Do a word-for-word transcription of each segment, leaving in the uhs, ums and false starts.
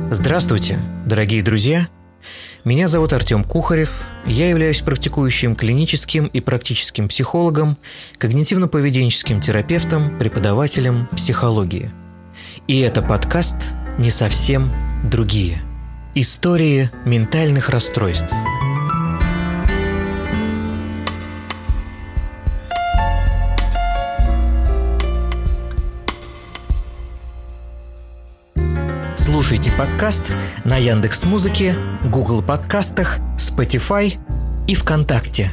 Здравствуйте, дорогие друзья! Меня зовут Артем Кухарев, я являюсь практикующим клиническим и практическим психологом, когнитивно-поведенческим терапевтом, преподавателем психологии. И это подкаст «Не совсем другие. Истории ментальных расстройств». Слушайте подкаст на Яндекс.Музыке, Google подкастах, Spotify и ВКонтакте.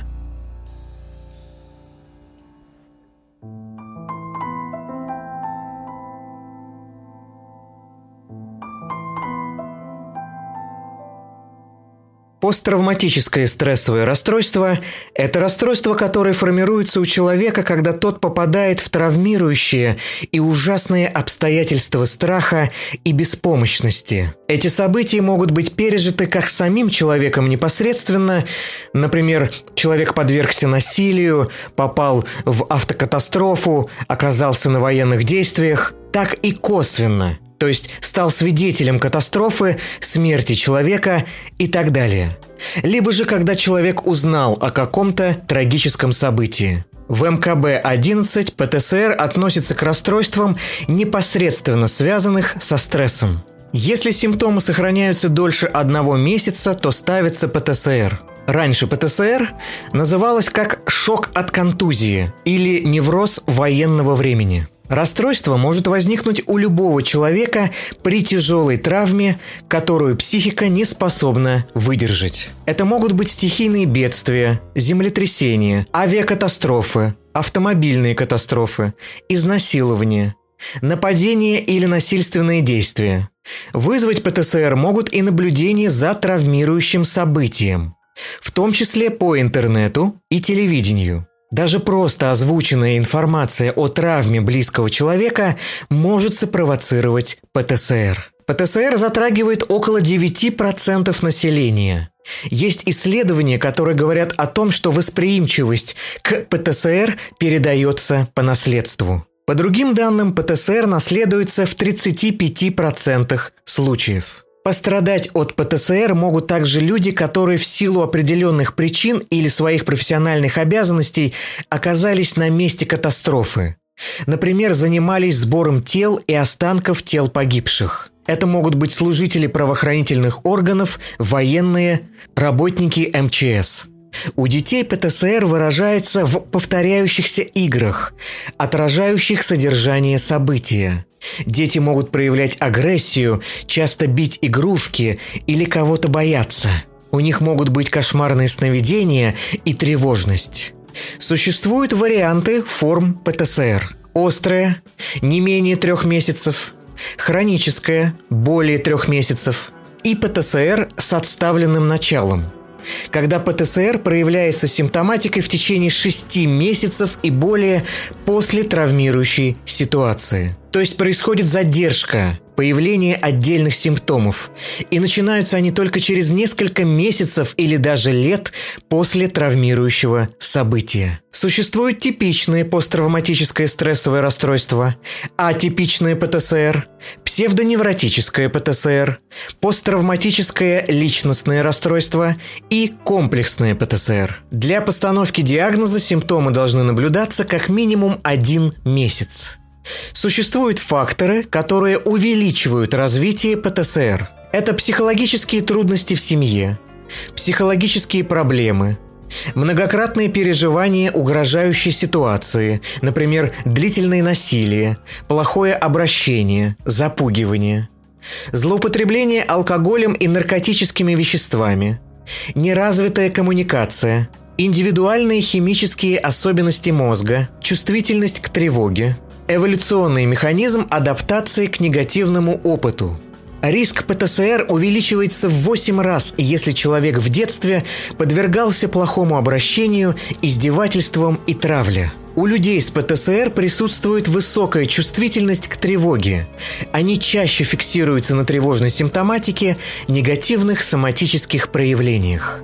Посттравматическое стрессовое расстройство – это расстройство, которое формируется у человека, когда тот попадает в травмирующие и ужасные обстоятельства страха и беспомощности. Эти события могут быть пережиты как самим человеком непосредственно, например, человек подвергся насилию, попал в автокатастрофу, оказался на военных действиях, так и косвенно – то есть стал свидетелем катастрофы, смерти человека и так далее. Либо же когда человек узнал о каком-то трагическом событии. В эм ка бэ одиннадцать пэ тэ эс эр относится к расстройствам, непосредственно связанных со стрессом. Если симптомы сохраняются дольше одного месяца, то ставится пэ тэ эс эр. Раньше пэ тэ эс эр называлось как шок от контузии или невроз военного времени. Расстройство может возникнуть у любого человека при тяжелой травме, которую психика не способна выдержать. Это могут быть стихийные бедствия, землетрясения, авиакатастрофы, автомобильные катастрофы, изнасилования, нападения или насильственные действия. Вызвать пэ тэ эс эр могут и наблюдения за травмирующим событием, в том числе по интернету и телевидению. Даже просто озвученная информация о травме близкого человека может спровоцировать пэ тэ эс эр. пэ тэ эс эр затрагивает около девять процентов населения. Есть исследования, которые говорят о том, что восприимчивость к пэ тэ эс эр передается по наследству. По другим данным, пэ тэ эс эр наследуется в тридцати пяти процентах случаев. Пострадать от пэ тэ эс эр могут также люди, которые в силу определенных причин или своих профессиональных обязанностей оказались на месте катастрофы. Например, занимались сбором тел и останков тел погибших. Это могут быть служители правоохранительных органов, военные, работники эм че эс. У детей пэ тэ эс эр выражается в повторяющихся играх, отражающих содержание события. Дети могут проявлять агрессию, часто бить игрушки или кого-то бояться. У них могут быть кошмарные сновидения и тревожность. Существуют варианты форм пэ тэ эс эр. Острая – не менее трех месяцев, хроническая – более трех месяцев и пэ тэ эс эр с отставленным началом, когда пэ тэ эс эр проявляется симптоматикой в течение шести месяцев и более после травмирующей ситуации. То есть происходит задержка появления отдельных симптомов, и начинаются они только через несколько месяцев или даже лет после травмирующего события. Существует типичное посттравматическое стрессовое расстройство, атипичное пэ тэ эс эр, псевдоневротическое пэ тэ эс эр, посттравматическое личностное расстройство и комплексное пэ тэ эс эр. Для постановки диагноза симптомы должны наблюдаться как минимум один месяц. Существуют факторы, которые увеличивают развитие пэ тэ эс эр. Это психологические трудности в семье, психологические проблемы, многократные переживания угрожающей ситуации, например, длительное насилие, плохое обращение, запугивание, злоупотребление алкоголем и наркотическими веществами, неразвитая коммуникация, индивидуальные химические особенности мозга, чувствительность к тревоге, эволюционный механизм адаптации к негативному опыту. Риск пэ тэ эс эр увеличивается в восемь раз, если человек в детстве подвергался плохому обращению, издевательствам и травле. У людей с пэ тэ эс эр присутствует высокая чувствительность к тревоге. Они чаще фиксируются на тревожной симптоматике, негативных соматических проявлениях.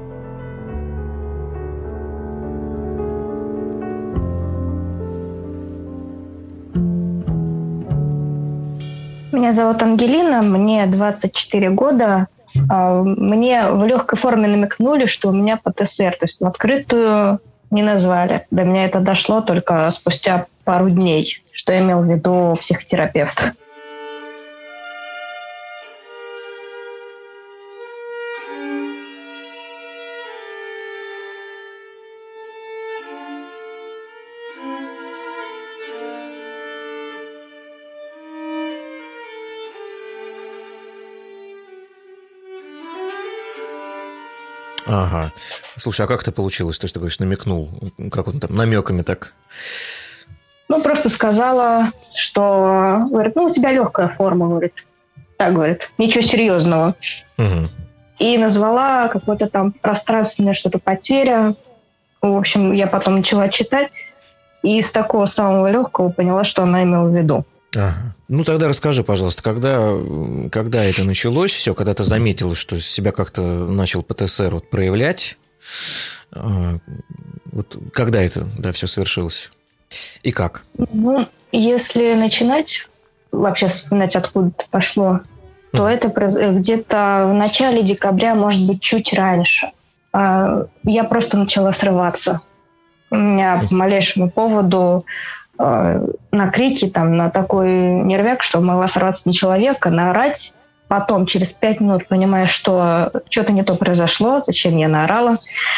Меня Меня зовут Ангелина, мне двадцать четыре года. Мне в легкой форме намекнули, что у меня ПТСР, то есть в открытую не назвали. До меня это дошло только спустя пару дней, что имел в виду психотерапевт. Ага. Слушай, а как это получилось? То есть ты говоришь, намекнул? Как он там, намеками так? Ну, просто сказала, что... Говорит, ну, у тебя легкая форма, говорит. Так, говорит, ничего серьезного. Угу. И назвала какое-то там пространственное что-то потеря. В общем, я потом начала читать. И из такого самого легкого поняла, что она имела в виду. Ага. Ну, тогда расскажи, пожалуйста, когда, когда это началось все, когда ты заметила, что себя как-то начал ПТСР вот проявлять, вот когда это, да, все совершилось и как? Ну, если начинать вообще вспоминать, откуда это пошло, то mm. это где-то в начале декабря, может быть, чуть раньше. Я просто начала срываться. У меня mm. по малейшему поводу на крики, там, на такой нервяк, что могла сорваться на человека, наорать. Потом, через пять минут, понимая, что что-то не то произошло, зачем я наорала.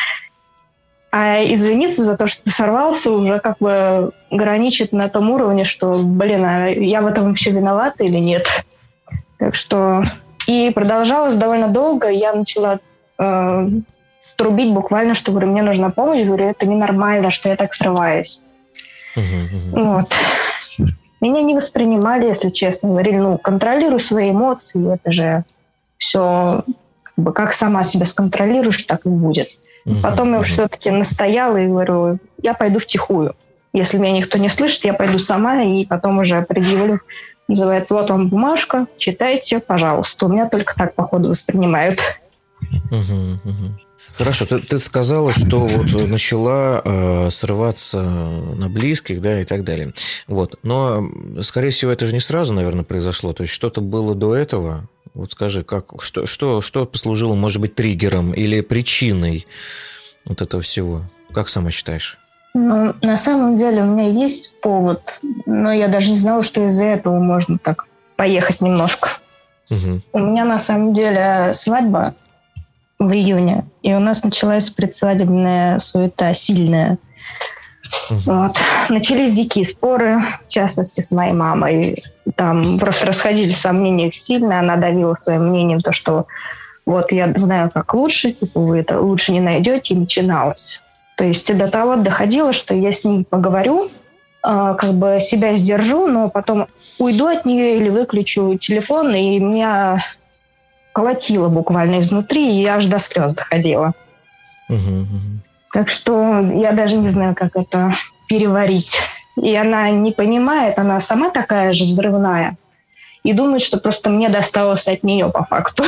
А извиниться за то, что ты сорвался, уже как бы граничит на том уровне, что, блин, а я в этом вообще виновата или нет? Так что... И продолжалось довольно долго. Я начала э, трубить буквально, что, говорю, мне нужна помощь. Говорю, это ненормально, что я так срываюсь. Uh-huh, uh-huh. Вот. Меня не воспринимали, если честно. Говорили, ну, контролируй свои эмоции, это же все, как бы, как сама себя сконтролируешь, так и будет. Uh-huh, Потом uh-huh. я уже все-таки настояла и говорю, я пойду втихую. Если меня никто не слышит, я пойду сама и потом уже предъявлю. Называется, вот вам бумажка, читайте, пожалуйста. У меня только так, походу, воспринимают. Uh-huh, uh-huh. Хорошо, ты, ты сказала, что вот начала э, срываться на близких, да, и так далее. Вот. Но, скорее всего, это же не сразу, наверное, произошло. То есть что-то было до этого. Вот скажи, как, что, что, что послужило, может быть, триггером или причиной вот этого всего? Как сама считаешь? Ну, на самом деле у меня есть повод, но я даже не знала, что из-за этого можно так поехать немножко. Угу. У меня, на самом деле, свадьба в июне, и у нас началась предсвадебная суета сильная. Uh-huh. Вот. Начались дикие споры, в частности, с моей мамой. Там просто расходились во мнениях сильно. Она давила своим мнением то, что вот я знаю, как лучше, типа вы это лучше не найдете, и начиналось. То есть до того доходило, что я с ней поговорю, как бы себя сдержу, но потом уйду от нее или выключу телефон, и меня колотило буквально изнутри, и я аж до слез доходила. Uh-huh, uh-huh. Так что я даже не знаю, как это переварить. И она не понимает, она сама такая же взрывная, и думает, что просто мне досталось от нее по факту.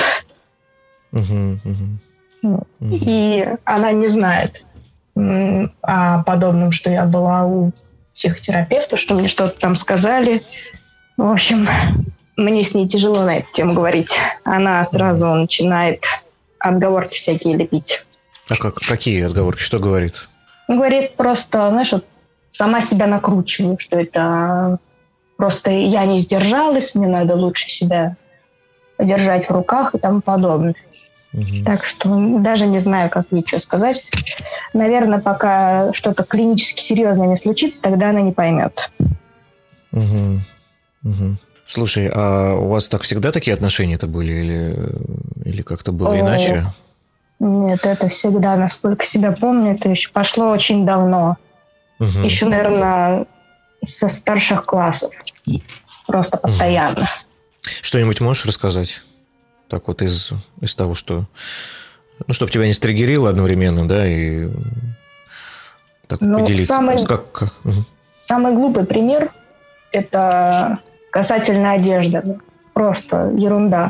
Uh-huh, uh-huh. Uh-huh. И она не знает о подобном, что я была у психотерапевта, что мне что-то там сказали. В общем... Мне с ней тяжело на эту тему говорить. Она сразу начинает отговорки всякие лепить. А как, какие отговорки? Что говорит? Говорит просто, знаешь, вот сама себя накручиваю, что это просто я не сдержалась, мне надо лучше себя держать в руках и тому подобное. Угу. Так что даже не знаю, как ей что сказать. Наверное, пока что-то клинически серьезное не случится, тогда она не поймет. Угу. Угу. Слушай, а у вас так всегда такие отношения-то были? Или, или как-то было О, иначе? Нет, это всегда, насколько себя помню, это еще пошло очень давно. Угу. Еще, наверное, со старших классов. Просто постоянно. Угу. Что-нибудь можешь рассказать? Так вот из, из того, что... Ну, чтобы тебя не стригерило одновременно, да, и так ну, поделиться. Самый, как, как? Угу. самый глупый пример – это... касательно одежды. Просто ерунда.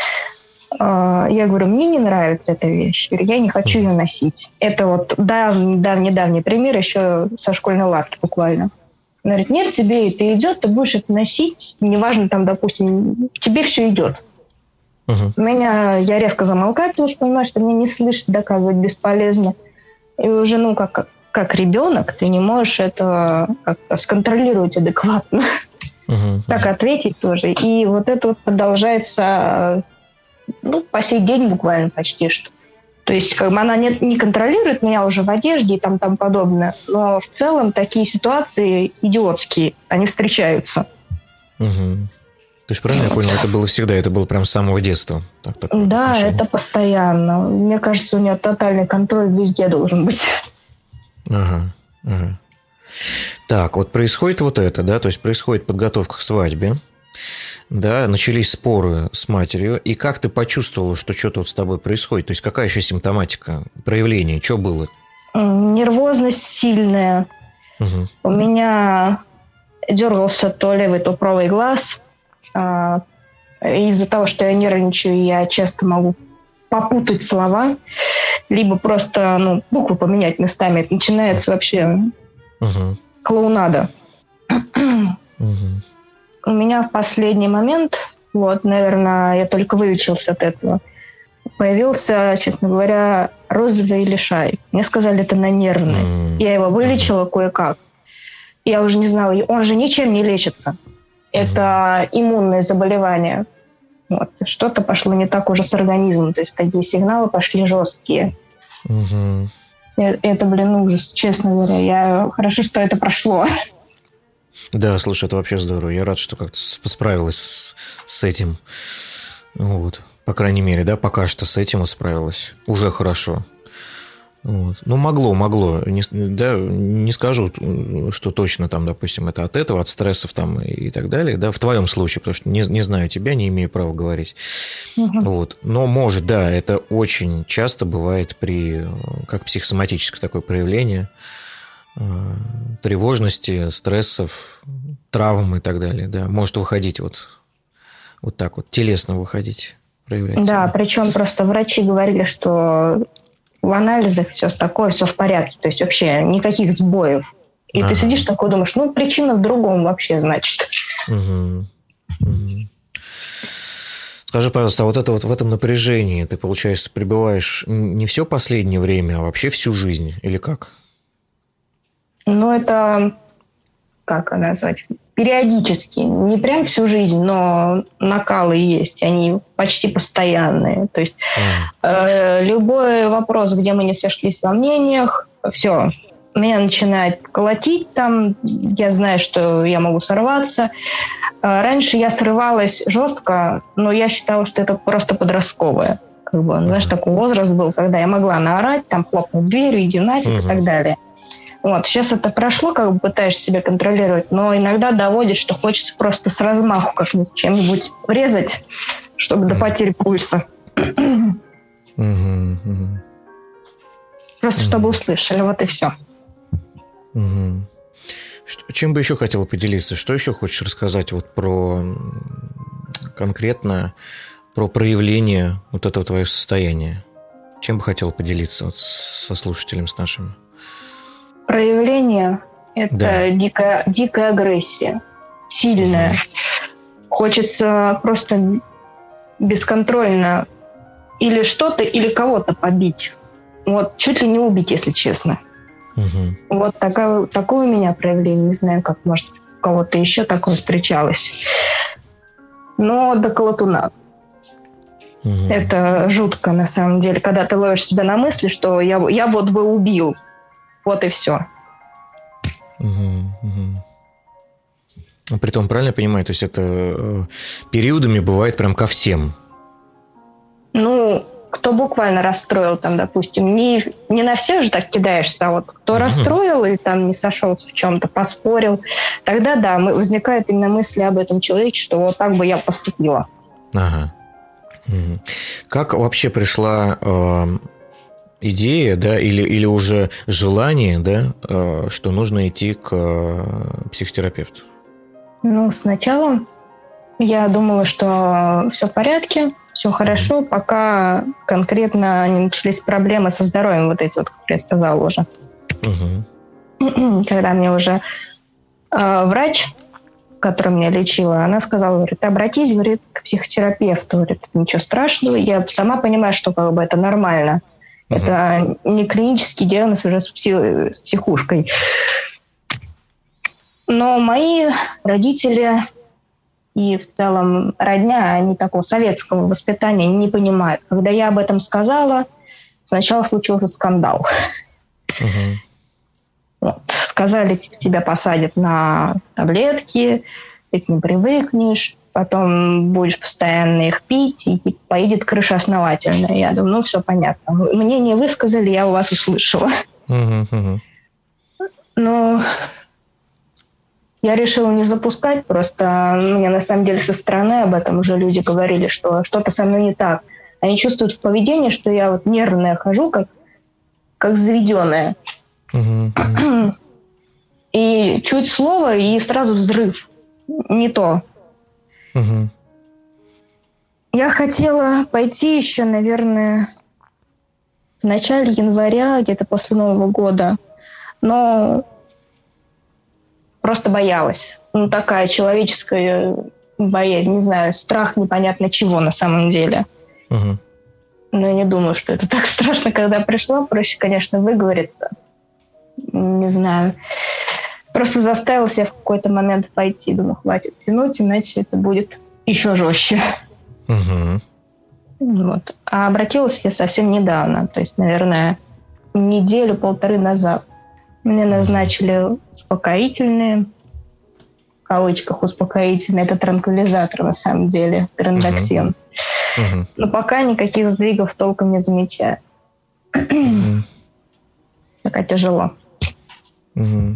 Я говорю, мне не нравится эта вещь. Я не хочу ее носить. Это вот давний-давний пример еще со школьной лавки буквально. Она говорит, нет, тебе это идет, ты будешь это носить, неважно, там, допустим, тебе все идет. Uh-huh. Меня, я резко замолкаю, потому что понимаю, что меня не слышат, доказывать бесполезно. И уже, ну, как, как ребенок, ты не можешь это как-то сконтролировать адекватно. Uh-huh. Как ответить тоже. И вот это вот продолжается, ну, по сей день буквально почти что. То есть как бы она не, не контролирует меня уже в одежде и там, там подобное, но в целом такие ситуации идиотские, они встречаются. Угу. То есть правильно я понял, это было всегда, это было прям с самого детства? Так, так, да, отношение. Это постоянно. Мне кажется, у нее тотальный контроль везде должен быть. Ага, ага. Так, вот происходит вот это, да, то есть происходит подготовка к свадьбе. Да, начались споры с матерью. И как ты почувствовала, что что-то вот с тобой происходит? То есть какая еще симптоматика, проявление? Что было? Нервозность сильная. Угу. У меня дергался то левый, то правый глаз. Из-за того, что я нервничаю, я часто могу попутать слова, либо просто ну, буквы поменять местами. Это начинается вообще угу. клоунада. Угу. У меня в последний момент, вот, наверное, я только вылечился от этого, появился, честно говоря, розовый лишай. Мне сказали, это на нервный. Mm-hmm. Я его вылечила mm-hmm. кое-как. Я уже не знала, он же ничем не лечится. Это mm-hmm. иммунное заболевание. Вот. Что-то пошло не так уже с организмом. То есть такие сигналы пошли жесткие. Mm-hmm. Это, блин, ужас, честно говоря. Я... Хорошо, что это прошло. Да, слушай, это вообще здорово. Я рад, что как-то справилась с, с этим. Вот. По крайней мере, да, пока что с этим справилась. Уже хорошо. Вот. Ну, могло, могло. Не, да, не скажу, что точно там, допустим, это от этого, от стрессов там и так далее, да, в твоем случае, потому что не, не знаю тебя, не имею права говорить. Угу. Вот. Но может, да, это очень часто бывает при, как психосоматическое такое проявление тревожности, стрессов, травм и так далее, да, может выходить вот, вот так вот, телесно выходить, проявлять. Да, себя. Причем просто врачи говорили, что в анализах все такое, все в порядке, то есть вообще никаких сбоев. И ага. ты сидишь такой, думаешь, ну, причина в другом вообще, значит. Угу. Угу. Скажи, пожалуйста, а вот это вот в этом напряжении ты, получается, пребываешь не все последнее время, а вообще всю жизнь, или как? Ну, это, как назвать, периодически. Не прям всю жизнь, но накалы есть. Они почти постоянные. То есть mm. э, любой вопрос, где мы не сошлись во мнениях, все, меня начинает колотить там. Я знаю, что я могу сорваться. Э, раньше я срывалась жестко, но я считала, что это просто подростковое. Как бы, mm. знаешь, такой возраст был, когда я могла наорать, там хлопнуть дверью, иди нафиг mm-hmm. и так далее. Вот, сейчас это прошло, как бы пытаешься себя контролировать, но иногда доводит, что хочется просто с размаху как-нибудь чем-нибудь врезать, чтобы до потери пульса. Просто чтобы услышали, вот и все. Чем бы еще хотела поделиться? Что еще хочешь рассказать вот про конкретно про проявление вот этого твоего состояния? Чем бы хотела поделиться вот со слушателем, с нашими? Проявление – это да. дикая, дикая агрессия, сильная. Угу. Хочется просто бесконтрольно или что-то, или кого-то побить. Вот чуть ли не убить, если честно. Угу. Вот такое, такое у меня проявление. Не знаю, как, может, у кого-то еще такое встречалось. Но до колотуна. Угу. Это жутко, на самом деле, когда ты ловишь себя на мысли, что я, я вот бы убил. Вот и все. Угу, угу. Притом, правильно я понимаю, то есть это э, периодами бывает прям ко всем? Ну, кто буквально расстроил, там, допустим, не, не на всех же так кидаешься, а вот кто угу. расстроил или там не сошелся в чем-то, поспорил, тогда, да, возникает именно мысли об этом человеке, что вот так бы я поступила. Ага. Угу. Как вообще пришла... Э, идея, да, или, или уже желание, да, что нужно идти к психотерапевту? Ну, сначала я думала, что все в порядке, все хорошо, mm-hmm. пока конкретно не начались проблемы со здоровьем, вот эти вот, как я сказала уже. Mm-hmm. Когда мне уже А врач, которая меня лечила, она сказала, говорит, обратись, говорит, к психотерапевту. Говорит, ничего страшного. Я сама понимаю, что как бы это нормально. Uh-huh. Это не клинический диагноз уже с, пси- с психушкой. Но мои родители и в целом родня, они такого советского воспитания не понимают. Когда я об этом сказала, сначала случился скандал. Uh-huh. Вот. Сказали, типа, тебя посадят на таблетки, ты к ним привыкнешь, потом будешь постоянно их пить, и типа, поедет крыша основательно. Я думаю, ну, все понятно. Мне не высказали, я у вас услышала. Uh-huh, uh-huh. Ну, я решила не запускать, просто мне на самом деле со стороны об этом уже люди говорили, что что-то со мной не так. Они чувствуют в поведении, что я вот нервная хожу, как, как заведенная. Uh-huh. И чуть слово, и сразу взрыв. Не то. Uh-huh. Я хотела пойти еще, наверное, в начале января, где-то после Нового года. Но просто боялась. Ну, такая человеческая боязнь, не знаю, страх непонятно чего на самом деле. Uh-huh. Но я не думаю, что это так страшно, когда пришла. Проще, конечно, выговориться. Не знаю. Просто заставила себя в какой-то момент пойти. Думаю, хватит тянуть, иначе это будет еще жестче. Uh-huh. Вот. А обратилась я совсем недавно. То есть, наверное, неделю-полторы назад. Мне назначили успокоительные. В кавычках успокоительные. Это транквилизатор на самом деле. Грандоксин. Uh-huh. Uh-huh. Но пока никаких сдвигов толком не замечаю. Uh-huh. Пока тяжело. Угу.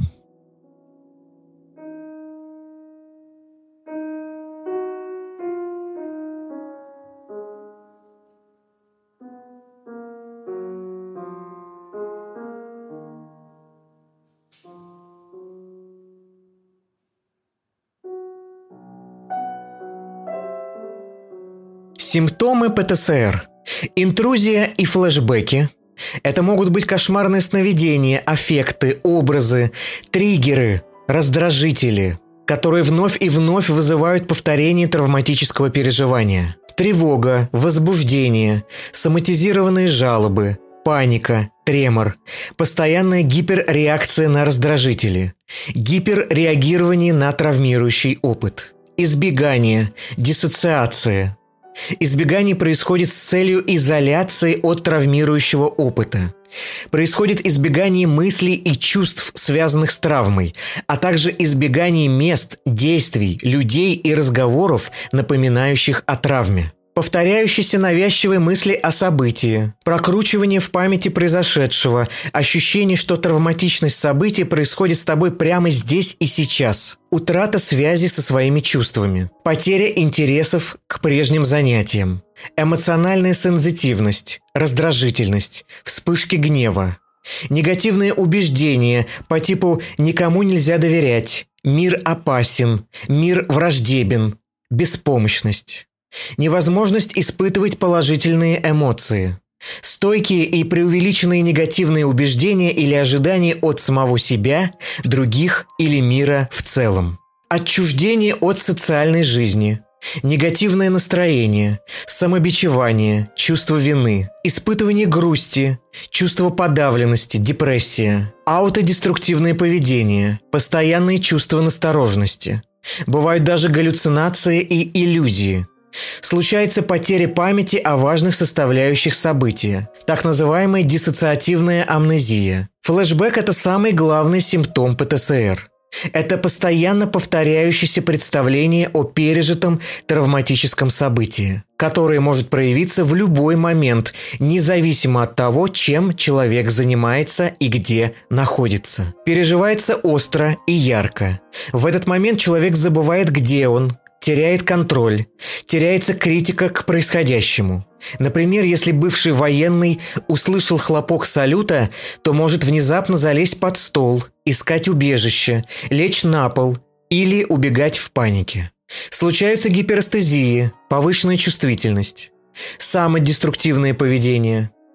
Симптомы ПТСР. Интрузия и флешбеки. Это могут быть кошмарные сновидения, аффекты, образы, триггеры, раздражители, которые вновь и вновь вызывают повторение травматического переживания. Тревога, возбуждение, соматизированные жалобы, паника, тремор, постоянная гиперреакция на раздражители, гиперреагирование на травмирующий опыт, избегание, диссоциация. Избегание происходит с целью изоляции от травмирующего опыта. Происходит избегание мыслей и чувств, связанных с травмой, а также избегание мест, действий, людей и разговоров, напоминающих о травме. Повторяющиеся навязчивые мысли о событии, прокручивание в памяти произошедшего, ощущение, что травматичность события происходит с тобой прямо здесь и сейчас, утрата связи со своими чувствами, потеря интересов к прежним занятиям, эмоциональная сензитивность, раздражительность, вспышки гнева, негативные убеждения по типу «никому нельзя доверять», «мир опасен», «мир враждебен», беспомощность. Невозможность испытывать положительные эмоции. Стойкие и преувеличенные негативные убеждения или ожидания от самого себя, других или мира в целом. Отчуждение от социальной жизни. Негативное настроение, самобичевание, чувство вины, испытывание грусти, чувство подавленности, депрессия, аутодеструктивное поведение, постоянные чувства настороженности. Бывают даже галлюцинации и иллюзии. Случается потеря памяти о важных составляющих события, так называемая диссоциативная амнезия. Флэшбэк – это самый главный симптом ПТСР. Это постоянно повторяющееся представление о пережитом травматическом событии, которое может проявиться в любой момент, независимо от того, чем человек занимается и где находится. Переживается остро и ярко. В этот момент человек забывает, где он, теряет контроль, теряется критика к происходящему. Например, если бывший военный услышал хлопок салюта, то может внезапно залезть под стол, искать убежище, лечь на пол или убегать в панике. Случаются гиперэстезии, повышенная чувствительность, самодеструктивное поведение,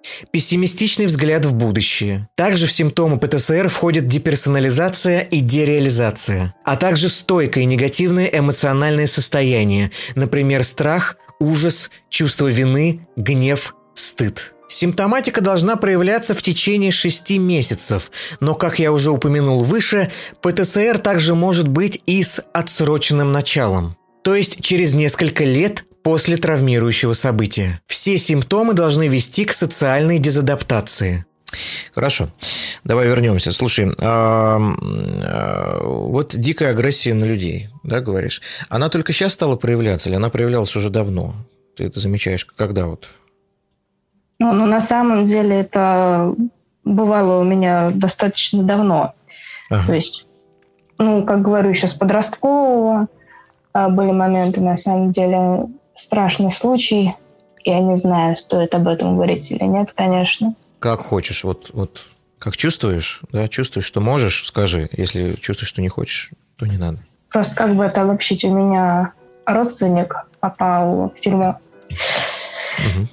Пессимистичный взгляд в будущее. Также в симптомы ПТСР входят деперсонализация и дереализация, а также стойкое и негативное эмоциональное состояние, например, страх, ужас, чувство вины, гнев, стыд. Симптоматика должна проявляться в течение шести месяцев, но, как я уже упомянул выше, ПТСР также может быть и с отсроченным началом, то есть через несколько лет после травмирующего события. Все симптомы должны вести к социальной дезадаптации. Хорошо, давай вернемся. Слушай, а, а, вот дикая агрессия на людей, да, говоришь, она только сейчас стала проявляться или она проявлялась уже давно? Ты это замечаешь, когда вот? Ну, ну, на самом деле это бывало у меня достаточно давно. Ага. То есть, ну, как говорю, еще с подросткового были моменты, на самом деле, страшный случай. Я не знаю, стоит об этом говорить или нет, конечно. Как хочешь, вот, вот как чувствуешь, да, чувствуешь, что можешь, скажи. Если чувствуешь, что не хочешь, то не надо. Просто как бы это обобщить, у меня родственник попал в тюрьму. Угу.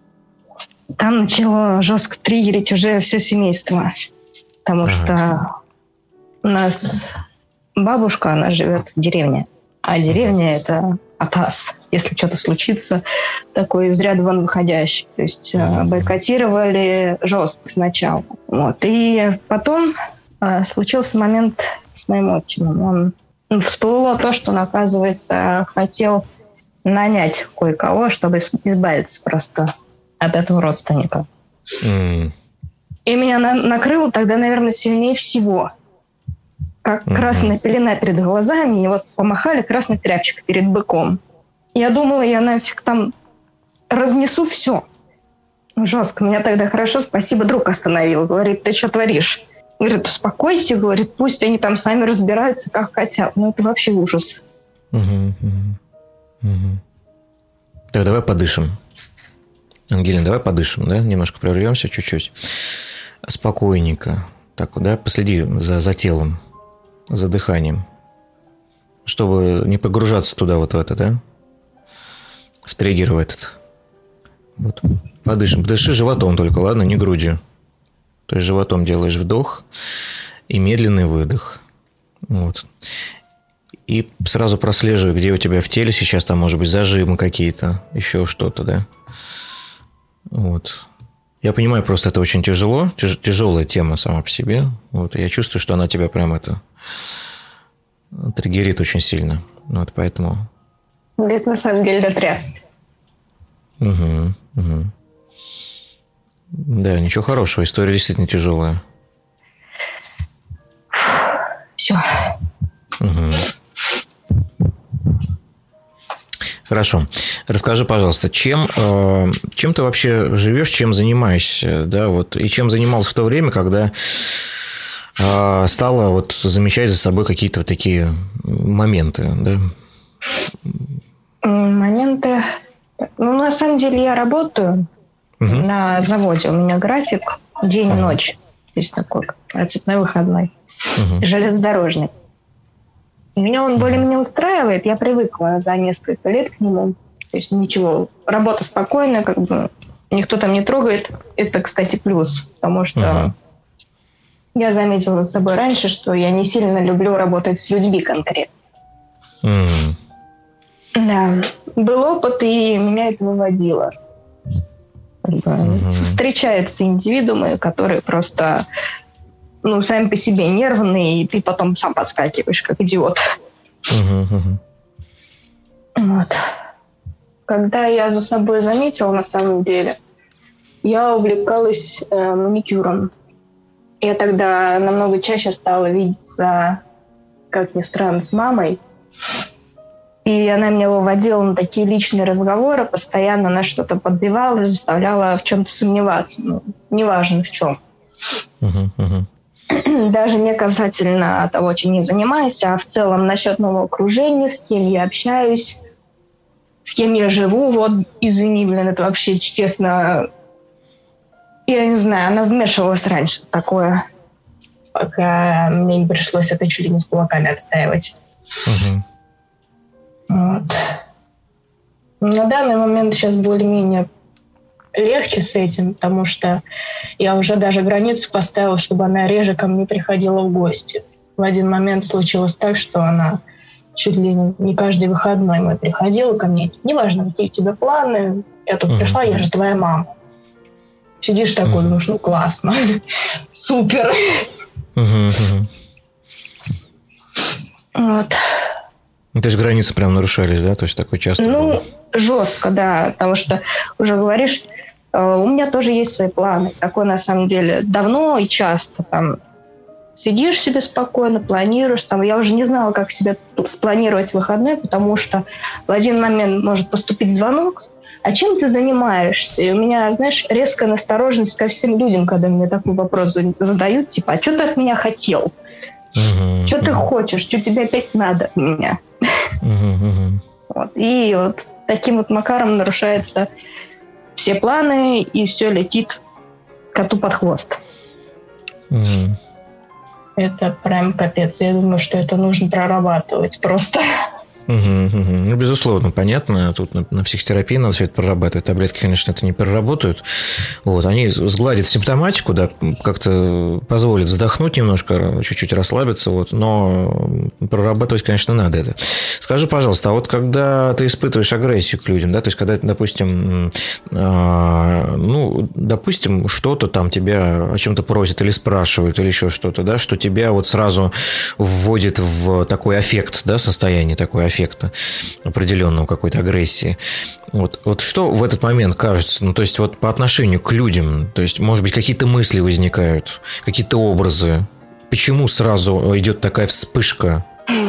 Там начало жестко триггерить уже все семейство. Потому ага. что у нас бабушка, она живет в деревне. А деревня – это атас. Если что-то случится, такой из ряда вон выходящий. То есть ага. бойкотировали жестко сначала. Вот. И потом а, случился момент с моим отчимом. Он, ну, всплыло то, что он, оказывается, хотел нанять кое-кого, чтобы избавиться просто от этого родственника. Mm. И меня на- накрыло тогда, наверное, сильнее всего. Как mm-hmm. красная пелена перед глазами, и вот помахали красной тряпочкой перед быком. Я думала, я нафиг там разнесу все. Жестко. Меня тогда хорошо, спасибо, друг остановил. Говорит, ты что творишь? Говорит, успокойся, говорит, пусть они там сами разбираются, как хотят. Ну, это вообще ужас. Mm-hmm. Mm-hmm. Так, давай подышим. Ангелина, давай подышим, да? Немножко прервемся чуть-чуть. Спокойненько. Так, да, последи за, за телом, за дыханием. Чтобы не погружаться туда вот в это, да? В триггер в этот. Вот. Подышим. Подыши животом только, ладно? Не грудью. То есть животом делаешь вдох и медленный выдох. Вот. И сразу прослеживай, где у тебя в теле сейчас, там, может быть, зажимы какие-то, еще что-то, да? Вот. Я понимаю, просто это очень тяжело, тяж, тяжелая тема сама по себе. Вот. Я чувствую, что она тебя прям это триггерит очень сильно. Вот поэтому... Это на самом деле дотряс. Угу, угу. Да, ничего хорошего. История действительно тяжелая. Все. Угу. Хорошо. Расскажи, пожалуйста, чем, э, чем ты вообще живешь, чем занимаешься, да, вот, и чем занимался в то время, когда э, стала вот замечать за собой какие-то вот такие моменты, да? Моменты. Ну, на самом деле, я работаю угу. на заводе. У меня график день и ночь. То есть такой цепной выходной. Угу. Железнодорожный. Меня он более-менее устраивает. Я привыкла за несколько лет к нему. То есть ничего. Работа спокойная, как бы никто там не трогает. Это, кстати, плюс. Потому что uh-huh. я заметила за собой раньше, что я не сильно люблю работать с людьми конкретно. Uh-huh. Да. Был опыт, и меня это выводило. Uh-huh. Встречаются индивидуумы, которые просто... ну, сами по себе нервные, и ты потом сам подскакиваешь, как идиот. Uh-huh, uh-huh. Вот. Когда я за собой заметила, на самом деле, я увлекалась э, маникюром. Я тогда намного чаще стала видеться, как ни странно, с мамой. И она меня выводила на такие личные разговоры, постоянно на что-то подбивала, заставляла в чем-то сомневаться. Ну, неважно в чем. Uh-huh, uh-huh. Даже не касательно того, чем я занимаюсь, а в целом насчет моего окружения, с кем я общаюсь, с кем я живу. Вот, извини, блин, это вообще, честно, я не знаю, она вмешивалась раньше такое, пока мне не пришлось это чуть ли не с кулаками отстаивать. Угу. Вот. На данный момент сейчас более-менее легче с этим, потому что я уже даже границу поставила, чтобы она реже ко мне приходила в гости. В один момент случилось так, что она чуть ли не каждый выходной мой приходила ко мне. Неважно, какие у тебя планы, я тут uh-huh. пришла, я же твоя мама. Сидишь такой, uh-huh. думаешь, ну классно, супер. Uh-huh, uh-huh. Вот. Ну, то есть границы прям нарушались, да? То есть такое часто Ну, было? жестко, да, потому что уже говоришь, у меня тоже есть свои планы. Такое, на самом деле, давно и часто. Там сидишь себе спокойно, планируешь. Там, я уже не знала, как себе спланировать выходной, потому что в один момент может поступить звонок, а чем ты занимаешься? И у меня, знаешь, резкая настороженность ко всем людям, когда мне такой вопрос задают, типа, а что ты от меня хотел? Uh-huh, что uh-huh. ты хочешь? Что тебе опять надо от меня? Uh-huh, uh-huh. Вот. И вот таким вот макаром нарушаются все планы, и все летит коту под хвост. Uh-huh. Это прям капец. Я думаю, что это нужно прорабатывать просто. Угу, угу. Ну, безусловно, понятно. Тут на, на психотерапии надо все это прорабатывать. Таблетки, конечно, это не переработают. Вот. Они сгладят симптоматику, да, как-то позволят вздохнуть немножко, чуть-чуть расслабиться. Вот. Но прорабатывать, конечно, надо это. Скажи, пожалуйста, а вот когда ты испытываешь агрессию к людям, да, то есть, когда, допустим, э, ну, допустим, что-то там тебя о чем-то просят или спрашивают, или еще что-то, да, что тебя вот сразу вводит в такой аффект, да, состояние, такой аффект определенного какой-то агрессии. Вот, вот что в этот момент кажется? Ну, то есть, вот по отношению к людям, то есть, может быть, какие-то мысли возникают, какие-то образы. Почему сразу идет такая вспышка?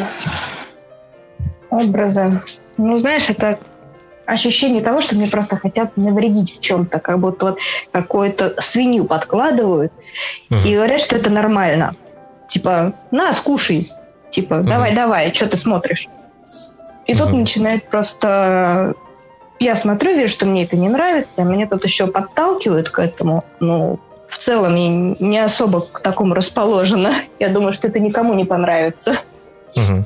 Образы. Ну, знаешь, это ощущение того, что мне просто хотят навредить в чем-то, как будто вот какую-то свинью подкладывают угу. и говорят, что это нормально. Типа, на, скушай. Типа, угу. давай, давай, что ты смотришь? И угу. тут начинает просто... Я смотрю, вижу, что мне это не нравится, мне тут еще подталкивают к этому. Ну, в целом я не особо к такому расположена. Я думаю, что это никому не понравится. Угу.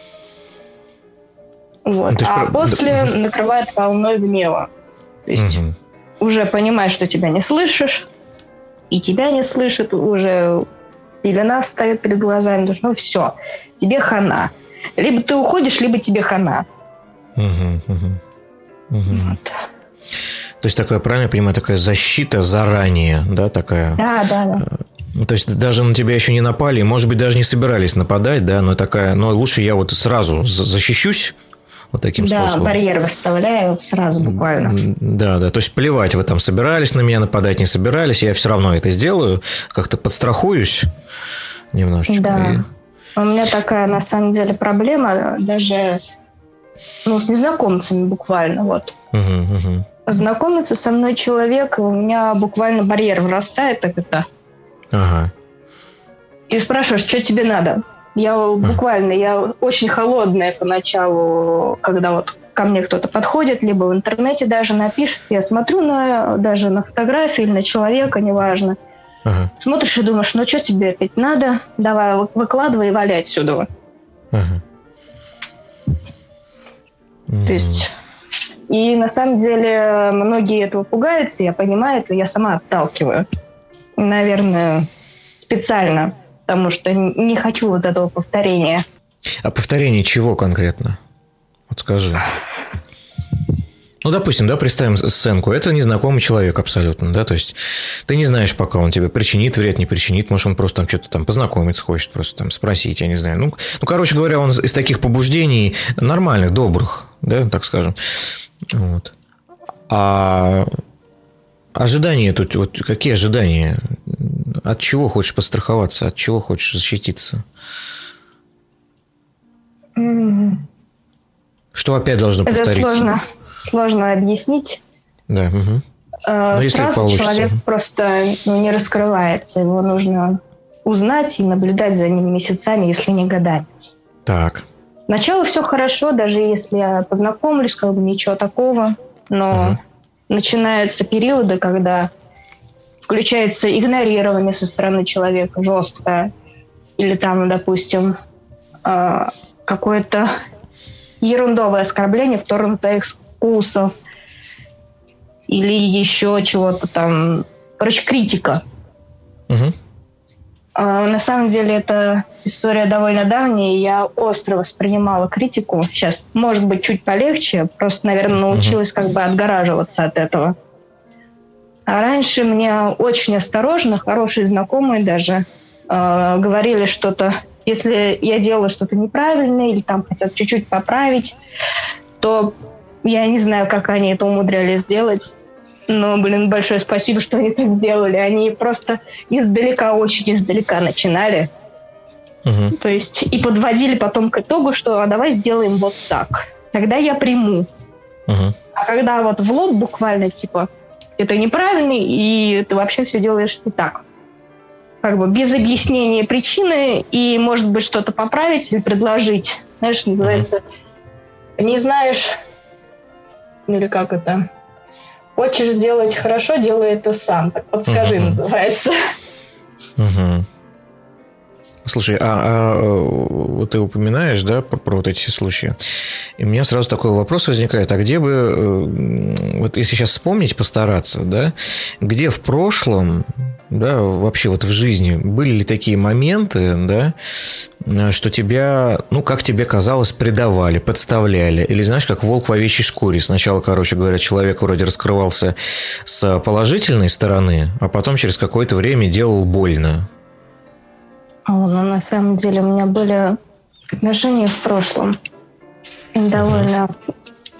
Вот. Ну, а про... после накрывает волной гнева. То есть угу. уже понимаешь, что тебя не слышишь, и тебя не слышат, уже пелена встает перед глазами. Думаешь, ну все, тебе хана. Либо ты уходишь, либо тебе хана. Угу, угу. Угу. Вот. То есть такая, правильно я понимаю, такая защита заранее, да, такая? Да, да, да. Ну, то есть даже на тебя еще не напали, может быть, даже не собирались нападать, да, но такая, но лучше я вот сразу защищусь вот таким да, способом. Да, барьер выставляю сразу буквально. Да, да, то есть плевать, вы там собирались на меня нападать, не собирались, я все равно это сделаю, как-то подстрахуюсь немножечко. Да. И... У меня такая, на самом деле, проблема даже ну, с незнакомцами буквально. Вот. Угу, угу. Знакомится со мной человек, у меня буквально барьер вырастает, так это. Ага. И спрашиваешь, что тебе надо? Я буквально, я очень холодная поначалу, когда вот ко мне кто-то подходит, либо в интернете даже напишет, я смотрю на, даже на фотографии или на человека, неважно. Ага. Смотришь и думаешь, ну что тебе опять надо? Давай, выкладывай и валяй отсюда. Ага. То есть, и на самом деле многие этого пугаются, я понимаю это, я сама отталкиваю. Наверное, специально, потому что не хочу вот этого повторения. А повторение чего конкретно? Вот скажи. Ну, допустим, да, представим сценку. Это незнакомый человек абсолютно, да, то есть ты не знаешь, пока он тебе причинит вред, не причинит, может, он просто там что-то там познакомиться хочет, просто там спросить, я не знаю. Ну, ну, короче говоря, он из таких побуждений нормальных, добрых, да, так скажем. Вот. А ожидания тут, вот какие ожидания? От чего хочешь подстраховаться, от чего хочешь защититься? Mm-hmm. Что опять должно Это повториться? Сложно. Сложно объяснить. Да, угу. Э, сразу человек просто ну, не раскрывается. Его нужно узнать и наблюдать за ним месяцами, если не годами. Так. Сначала все хорошо, даже если я познакомлюсь, как бы ничего такого. Но угу. начинаются периоды, когда включается игнорирование со стороны человека жесткое. Или там, допустим, э, какое-то ерундовое оскорбление в сторону твоих вкусов. или еще чего-то там. Короче, критика. Угу. А, на самом деле, эта история довольно давняя, я остро воспринимала критику. Сейчас, может быть, чуть полегче, просто, наверное, научилась как бы отгораживаться от этого. А раньше мне очень осторожно, хорошие знакомые даже, э, говорили что-то, если я делала что-то неправильно или там хотят чуть-чуть поправить, то я не знаю, как они это умудрялись сделать. Но, блин, большое спасибо, что они так делали. Они просто издалека, очень издалека начинали. Угу. То есть и подводили потом к итогу, что а давай сделаем вот так. Тогда я приму. Угу. А когда вот в лоб буквально, типа, это неправильно, и ты вообще все делаешь не так. Как бы без объяснения причины, и, может быть, что-то поправить или предложить. Знаешь, называется угу. «Не знаешь...» Или как это... Хочешь сделать хорошо, делай это сам. Так подскажи, uh-huh. называется. Uh-huh. Слушай, а, а вот ты упоминаешь, да, про, про вот эти случаи, и у меня сразу такой вопрос возникает, а где бы, вот если сейчас вспомнить, постараться, да, где в прошлом, да, вообще вот в жизни были ли такие моменты, да, что тебя, ну, как тебе казалось, предавали, подставляли, или знаешь, как волк в овечьей шкуре, сначала, короче говоря, человек вроде раскрывался с положительной стороны, а потом через какое-то время делал больно. Ну, на самом деле у меня были отношения в прошлом довольно uh-huh.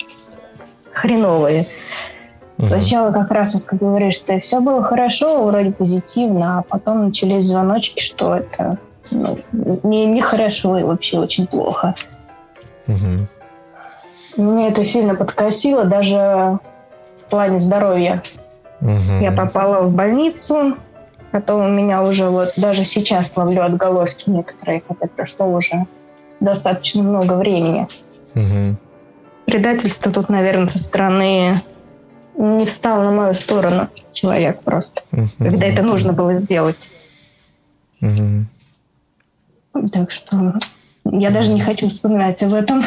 хреновые. Uh-huh. Сначала как раз, вот, как говоришь, что все было хорошо, вроде позитивно, а потом начались звоночки, что это ну, не, не хорошо и вообще очень плохо. Uh-huh. Меня это сильно подкосило, даже в плане здоровья. Uh-huh. Я попала в больницу. Потом у меня уже вот даже сейчас ловлю отголоски некоторые, хотя прошло уже достаточно много времени. Угу. Предательство тут, наверное, со стороны не встал на мою сторону человек просто, угу. когда это нужно было сделать. Угу. Так что я даже не хочу вспоминать об этом.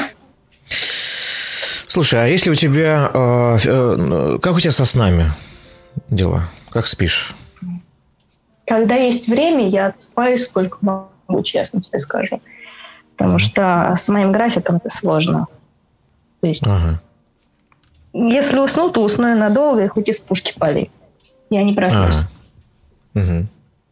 Слушай, а если у тебя... Э, э, как у тебя со снами дела? Как спишь? Когда есть время, я отсыпаюсь сколько могу, честно тебе скажу. Потому что с моим графиком это сложно. То есть, ага. если усну, то усну я надолго, и хоть из пушки пали. Я не проснусь. Ага. Угу.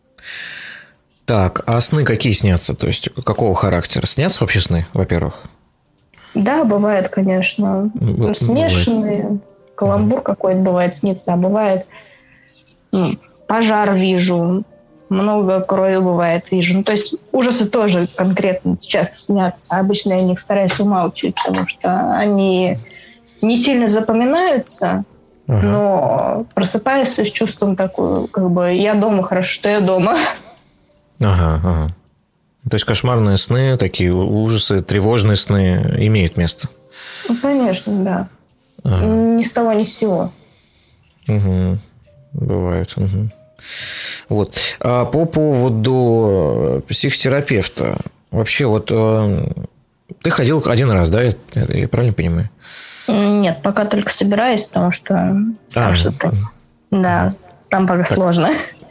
Так, а сны какие снятся? То есть, какого характера? Снятся вообще сны, во-первых? Да, бывает, конечно. Б- Смешанные. Бывает. Каламбур ага. какой-то бывает снится, а бывает... Ну, пожар вижу, много крови бывает вижу. Ну, то есть ужасы тоже конкретно часто снятся. Обычно я о них стараюсь умалчивать, потому что они не сильно запоминаются, ага. но просыпаюсь с чувством такое, как бы я дома, хорошо, что я дома. Ага, ага. То есть кошмарные сны, такие ужасы, тревожные сны имеют место? Ну, конечно, да. Ага. Ни с того, ни с сего. Угу. Бывает. Угу. Вот. А по поводу психотерапевта. Вообще, вот ты ходил один раз, да? Я, я правильно понимаю? Нет, пока только собираюсь, потому что а, там что-то... Да, там пока так. сложно.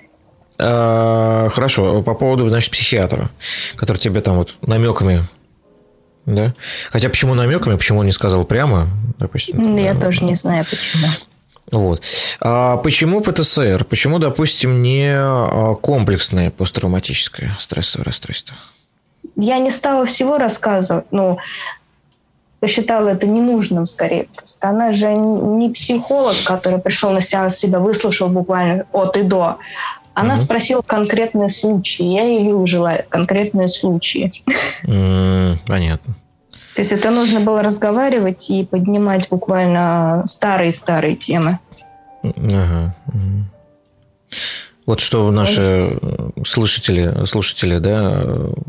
А, хорошо. По поводу, значит, психиатра, который тебе там вот намеками... Да? Хотя почему намеками, почему он не сказал прямо? Допустим, я да, тоже не знаю, почему. Вот. А почему ПТСР? Почему, допустим, не комплексное посттравматическое стрессовое расстройство? Я не стала всего рассказывать, но посчитала это ненужным скорее. Просто она же не психолог, который пришел на сеанс, себя выслушал буквально от и до. Она угу. спросила конкретные случаи. Я ей выложила конкретные случаи. Mm, понятно. То есть это нужно было разговаривать и поднимать буквально старые-старые темы. Ага. Вот что наши слушатели, слушатели, да,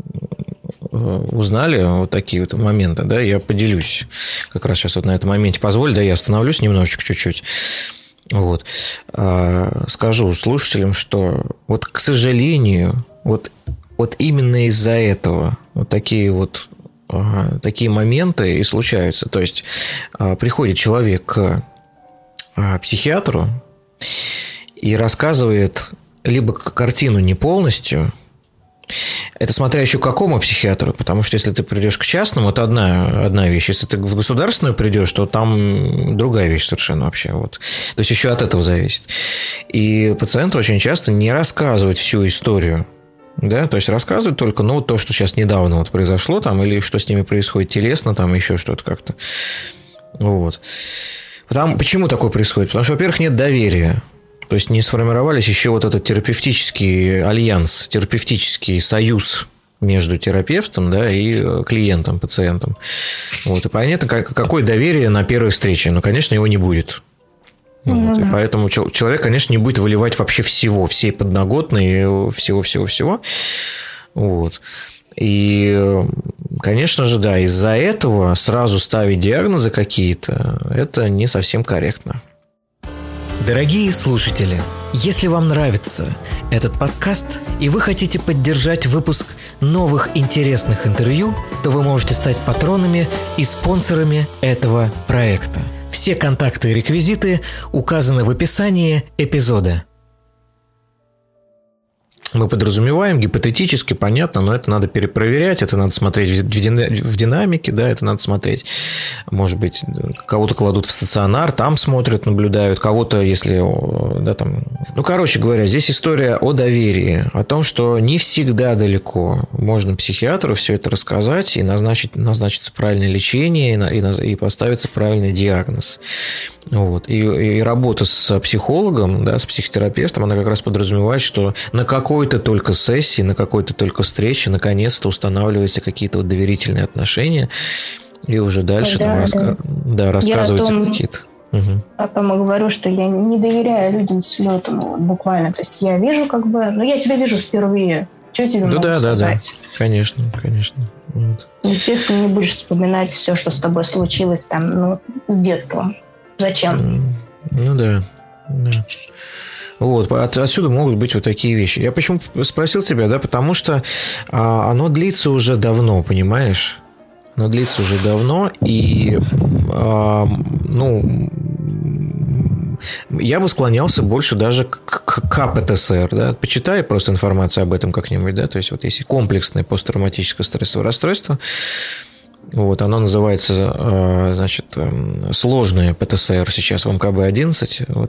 узнали вот такие вот моменты, да, я поделюсь как раз сейчас вот на этом моменте. Позволь, да, я остановлюсь немножечко, чуть-чуть. Вот. Скажу слушателям, что вот, к сожалению, вот, вот именно из-за этого вот такие вот Ага, такие моменты и случаются. То есть приходит человек к психиатру и рассказывает либо картину не полностью, это смотря еще к какому психиатру, потому что если ты придешь к частному, это одна, одна вещь. Если ты в государственную придешь, то там другая вещь совершенно вообще. Вот. То есть еще от этого зависит. И пациенты очень часто не рассказывают всю историю. Да? То есть рассказывают только ну, то, что сейчас недавно вот произошло, там, или что с ними происходит телесно, там еще что-то как-то. Вот. Потому, почему такое происходит? Потому что, во-первых, нет доверия. То есть не сформировались еще вот этот терапевтический альянс, терапевтический союз между терапевтом, да, и клиентом, пациентом. Вот. И понятно, какое доверие на первой встрече. Ну, конечно, его не будет. Mm-hmm. Вот. И поэтому человек, конечно, не будет выливать вообще всего, всей подноготной, всего-всего-всего. Вот. И, конечно же, да, из-за этого сразу ставить диагнозы какие-то, это не совсем корректно. Дорогие слушатели, если вам нравится этот подкаст и вы хотите поддержать выпуск новых интересных интервью, то вы можете стать патронами и спонсорами этого проекта. Все контакты и реквизиты указаны в описании эпизода. Мы подразумеваем гипотетически, понятно, но это надо перепроверять, это надо смотреть в динамике, да, это надо смотреть, может быть, кого-то кладут в стационар, там смотрят, наблюдают, кого-то, если, да, там... Ну, короче говоря, здесь история о доверии, о том, что не всегда далеко можно психиатру все это рассказать и назначить, назначиться правильное лечение и, и поставиться правильный диагноз. Вот. И, и работа с психологом, да, с психотерапевтом, она как раз подразумевает, что на какой-то только сессии, на какой-то только встрече наконец-то устанавливаются какие-то вот доверительные отношения, и уже дальше да, там да. Раска... да, рассказываются том, какие-то. Угу. О том и говорю, что я не доверяю людям с лету, ну, буквально. То есть я вижу как бы, ну я тебя вижу впервые. Что тебе да, могу да, сказать? Да, да, конечно, конечно. Вот. Естественно, не будешь вспоминать все, что с тобой случилось там, ну, с детства. Зачем? Ну да, да. Вот, от, отсюда могут быть вот такие вещи. Я почему спросил тебя, да, потому что а, оно длится уже давно, понимаешь? Оно длится уже давно, и а, ну, я бы склонялся больше даже к, к КПТСР, да, почитай просто информацию об этом как-нибудь, да, то есть вот если комплексное посттравматическое стрессовое расстройство, вот, оно называется, значит, сложное ПТСР сейчас в эм ка бэ одиннадцать. Вот.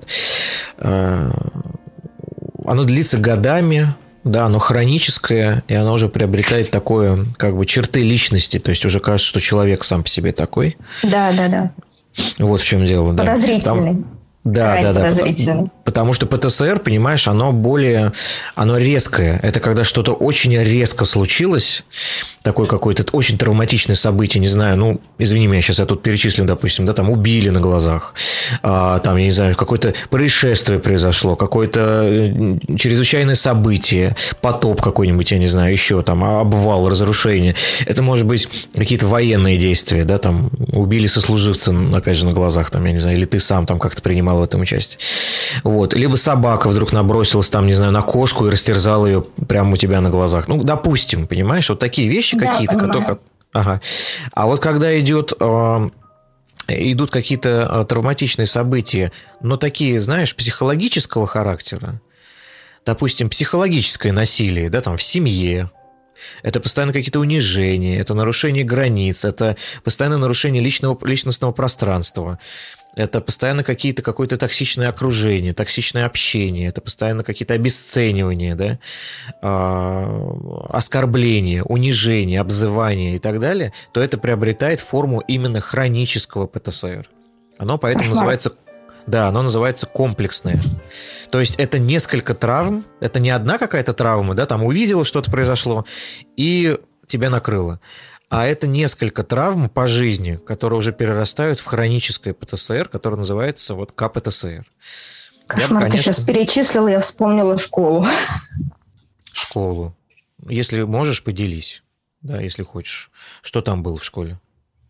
Оно длится годами, да, оно хроническое, и оно уже приобретает такое, как бы, черты личности. То есть уже кажется, что человек сам по себе такой. Да, да, да. Вот в чем дело. Подозрительный. Там... Да, да, да. Потому, потому что ПТСР, понимаешь, оно более, оно резкое. Это когда что-то очень резко случилось, такое какое-то очень травматичное событие, не знаю, ну, извини меня, сейчас я тут перечислю, допустим, да, там убили на глазах, а, там, я не знаю, какое-то происшествие произошло, какое-то чрезвычайное событие, потоп какой-нибудь, я не знаю, еще там обвал, разрушение. Это может быть какие-то военные действия, да, там убили сослуживца, опять же, на глазах, там, я не знаю, или ты сам там как-то принимал в этом участие. Вот. Либо собака вдруг набросилась там, не знаю, на кошку и растерзала ее прямо у тебя на глазах. Ну, допустим, понимаешь, вот такие вещи да, какие-то, которые... Ага. А вот когда идет, э, идут какие-то э, травматичные события, но такие, знаешь, психологического характера, допустим, психологическое насилие, да, там, в семье, это постоянно какие-то унижения, это нарушение границ, это постоянное нарушение личного, личностного пространства, это постоянно какие-то, какое-то токсичное окружение, токсичное общение, это постоянно какие-то обесценивания, да, а, оскорбления, унижения, обзывания и так далее, то это приобретает форму именно хронического ПТСР. Оно поэтому Кошмар. называется... Да, оно называется комплексное. То есть это несколько травм, это не одна какая-то травма, да, там увидела, что-то произошло, и тебя накрыло. А это несколько травм по жизни, которые уже перерастают в хроническое ПТСР, которое называется вот КПТСР. Кошмар, бы, конечно... ты сейчас перечислил, я вспомнила школу. Школу. Если можешь, поделись, да, если хочешь. Что там было в школе?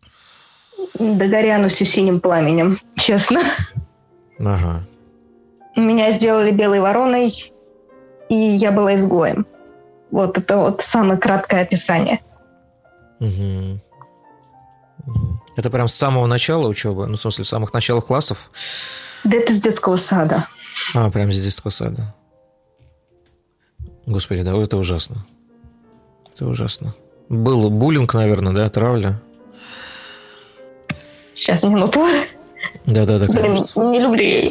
Догоряну всю синим пламенем, честно. Ага. Меня сделали белой вороной, и я была изгоем. Вот это вот самое краткое описание. Угу. Это прям с самого начала учебы, ну, в смысле, с самых начала классов? Да это с детского сада. А, прям с детского сада. Господи, да, это ужасно. Это ужасно. Был буллинг, наверное, да, травля. Сейчас, минуту. Да-да-да, конечно. Блин, не люблю я.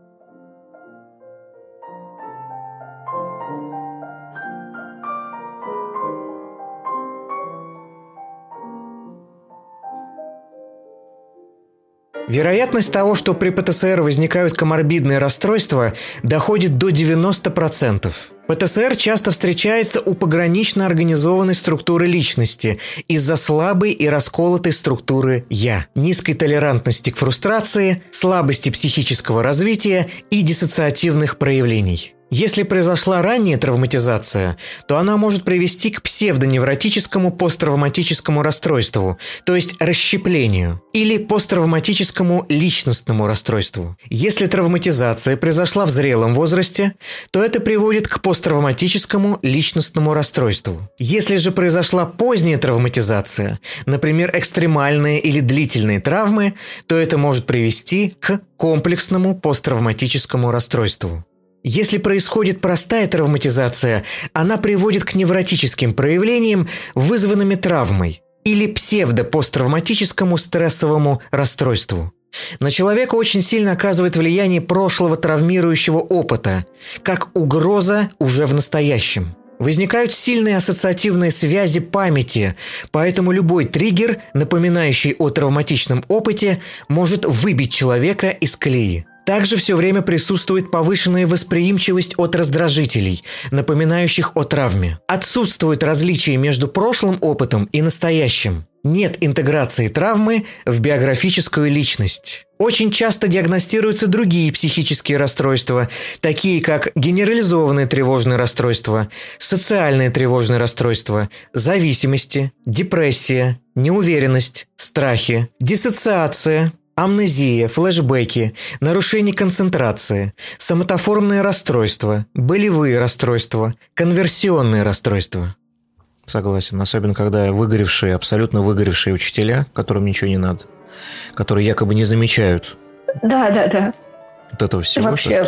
Вероятность того, что при ПТСР возникают коморбидные расстройства, доходит до девяноста процентов. ПТСР часто встречается у погранично организованной структуры личности из-за слабой и расколотой структуры «я», низкой толерантности к фрустрации, слабости психического развития и диссоциативных проявлений. Если произошла ранняя травматизация, то она может привести к псевдоневротическому посттравматическому расстройству, то есть расщеплению, или посттравматическому личностному расстройству. Если травматизация произошла в зрелом возрасте, то это приводит к посттравматическому личностному расстройству. Если же произошла поздняя травматизация, например, экстремальные или длительные травмы, то это может привести к комплексному посттравматическому расстройству. Если происходит простая травматизация, она приводит к невротическим проявлениям, вызванными травмой, или псевдопосттравматическому стрессовому расстройству. На человека очень сильно оказывает влияние прошлого травмирующего опыта, как угроза уже в настоящем. Возникают сильные ассоциативные связи памяти, поэтому любой триггер, напоминающий о травматичном опыте, может выбить человека из колеи. Также все время присутствует повышенная восприимчивость от раздражителей, напоминающих о травме. Отсутствует различие между прошлым опытом и настоящим. Нет интеграции травмы в биографическую личность. Очень часто диагностируются другие психические расстройства, такие как генерализованное тревожное расстройство, социальное тревожное расстройство, зависимости, депрессия, неуверенность, страхи, диссоциация, амнезия, флешбеки, нарушение концентрации, соматоформные расстройства, болевые расстройства, конверсионные расстройства. Согласен. Особенно, когда выгоревшие, абсолютно выгоревшие учителя, которым ничего не надо, которые якобы не замечают. Да, да, да. Вот этого всего. Вообще.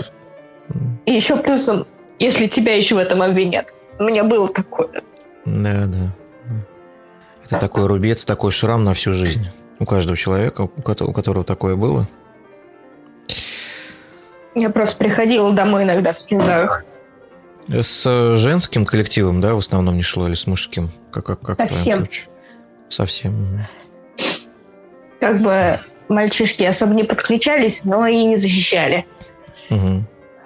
И еще плюсом, если тебя еще в этом обвинят. У меня было такое. Да, да. Это такой рубец, такой шрам на всю жизнь. У каждого человека, у которого такое было. Я просто приходила домой иногда в слезах. С женским коллективом, да, в основном не шло, или с мужским? Как, как, как Совсем. Совсем. Как бы мальчишки особо не подключались, но и не защищали. Угу.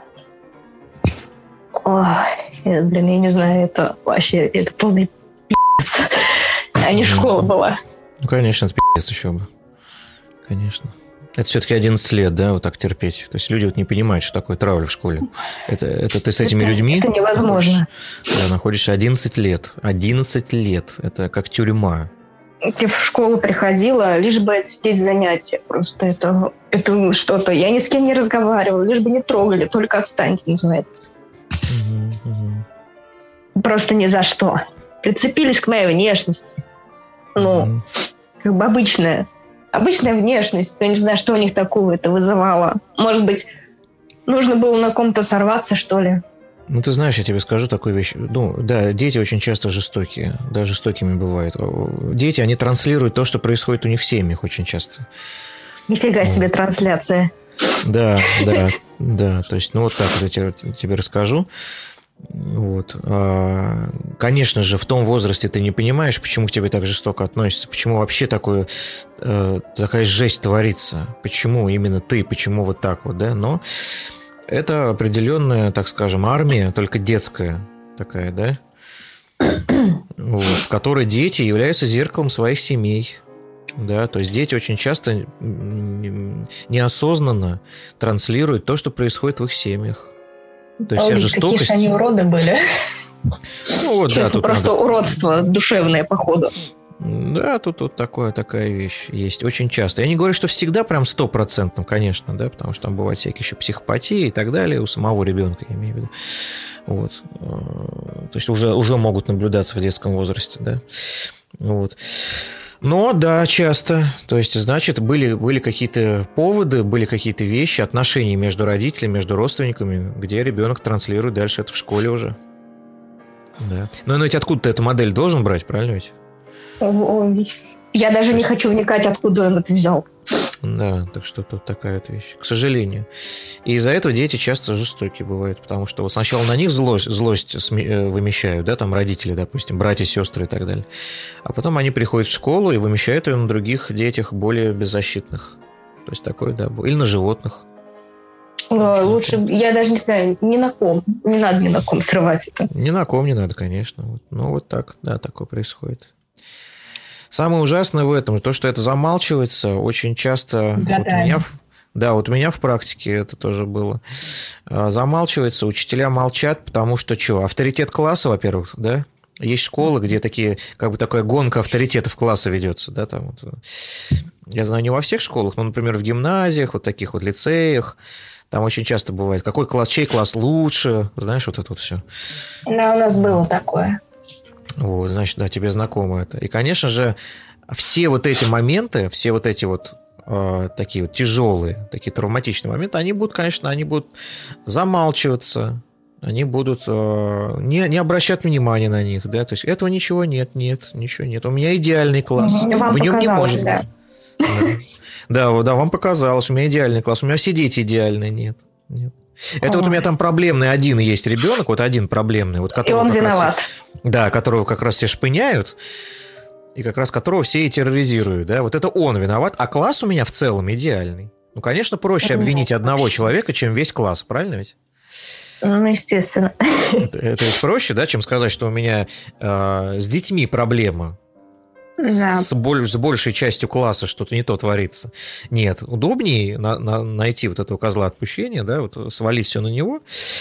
Ой, это, блин, я не знаю, это вообще, это полный пи***ц. А не школа была. Ну, конечно, это пи***ц еще бы. Конечно. Это все-таки одиннадцать лет, да, вот так терпеть. То есть люди вот не понимают, что такое травля в школе. Это, это ты с этими это, людьми... Это невозможно. Находишь, да, находишься одиннадцать лет. одиннадцать лет. Это как тюрьма. Ты в школу приходила, лишь бы отсидеть занятия. Просто это, это что-то... Я ни с кем не разговаривала, лишь бы не трогали, только отстаньте, называется. Угу, угу. Просто ни за что. Прицепились к моей внешности. Ну, угу. Как бы обычная... Обычная внешность, я не знаю, что у них такого это вызывало. Может быть, нужно было на ком-то сорваться, что ли? Ну, ты знаешь, я тебе скажу такую вещь. Ну, да, дети очень часто жестокие. Да, жестокими бывают. Дети, они транслируют то, что происходит у них в семьях очень часто. Нифига себе трансляция. Да, да, да. То есть, ну, вот так вот я тебе, тебе расскажу. Вот. Конечно же, в том возрасте ты не понимаешь, почему к тебе так жестоко относятся, почему вообще такое, такая жесть творится, почему именно ты, почему вот так вот, да, но это определенная, так скажем, армия, только детская такая, да, вот, в которой дети являются зеркалом своих семей. Да, то есть дети очень часто неосознанно транслируют то, что происходит в их семьях. То есть а жестокость... Какие же они уроды были. Ну, вот, Честно, да, просто надо... уродство душевное, походу. Да, тут вот такое, такая вещь есть очень часто. Я не говорю, что всегда прям стопроцентно, конечно, да, потому что там бывают всякие еще психопатии и так далее у самого ребенка, я имею в виду. Вот. То есть уже, уже могут наблюдаться в детском возрасте, да. Вот. Но да, часто. То есть, значит, были, были какие-то поводы, были какие-то вещи, отношения между родителями, между родственниками, где ребенок транслирует дальше это в школе уже. Да. Но, но ведь откуда ты эту модель должен брать, правильно ведь? Я даже не хочу вникать, откуда он это взял. Да, так что тут такая вот вещь, к сожалению. И из-за этого дети часто жестокие бывают, потому что вот сначала на них злость, злость вымещают, да, там родители, допустим, братья, сестры и так далее. А потом они приходят в школу и вымещают ее на других детях более беззащитных. То есть такое, да, или на животных. Но лучше, я даже не знаю, ни на ком, не надо ни на ком срывать это. Ни на ком не надо, конечно. Ну вот так, да, такое происходит. Самое ужасное в этом, то, что это замалчивается очень часто. Вот у меня, да, вот у меня в практике это тоже было. Замалчивается, учителя молчат, потому что что, авторитет класса, во-первых, да? Есть школы, где такие, как бы такая гонка авторитетов класса ведется, да, там вот. Я знаю, не во всех школах, но, например, в гимназиях, вот таких вот лицеях, там очень часто бывает, какой класс, чей класс лучше, знаешь, вот это вот все. Да, у нас было такое. Вот, значит, да, тебе знакомо это. И, конечно же, все вот эти моменты, все вот эти вот э, такие вот тяжелые, такие травматичные моменты, они будут, конечно, они будут замалчиваться, они будут э, не, не обращать внимания на них, да, то есть этого ничего нет, нет, ничего нет. У меня идеальный класс, вам в нем не может да. быть. Да. Да, да, вам показалось, у меня идеальный класс, у меня все дети идеальные, нет, нет. Это Ой. Вот у меня там проблемный один есть ребенок, вот один проблемный. Вот, и он виноват. Раз, да, которого как раз все шпыняют, и как раз которого все и терроризируют. Да? Вот это он виноват, а класс у меня в целом идеальный. Ну, конечно, проще обвинить одного человека, чем весь класс, правильно ведь? Ну, естественно. Это, это ведь проще, да, чем сказать, что у меня э, с детьми проблема. Да. С, боль, с большей частью класса что-то не то творится. Нет, удобнее на, на, найти вот этого козла отпущения, да, вот свалить все на него.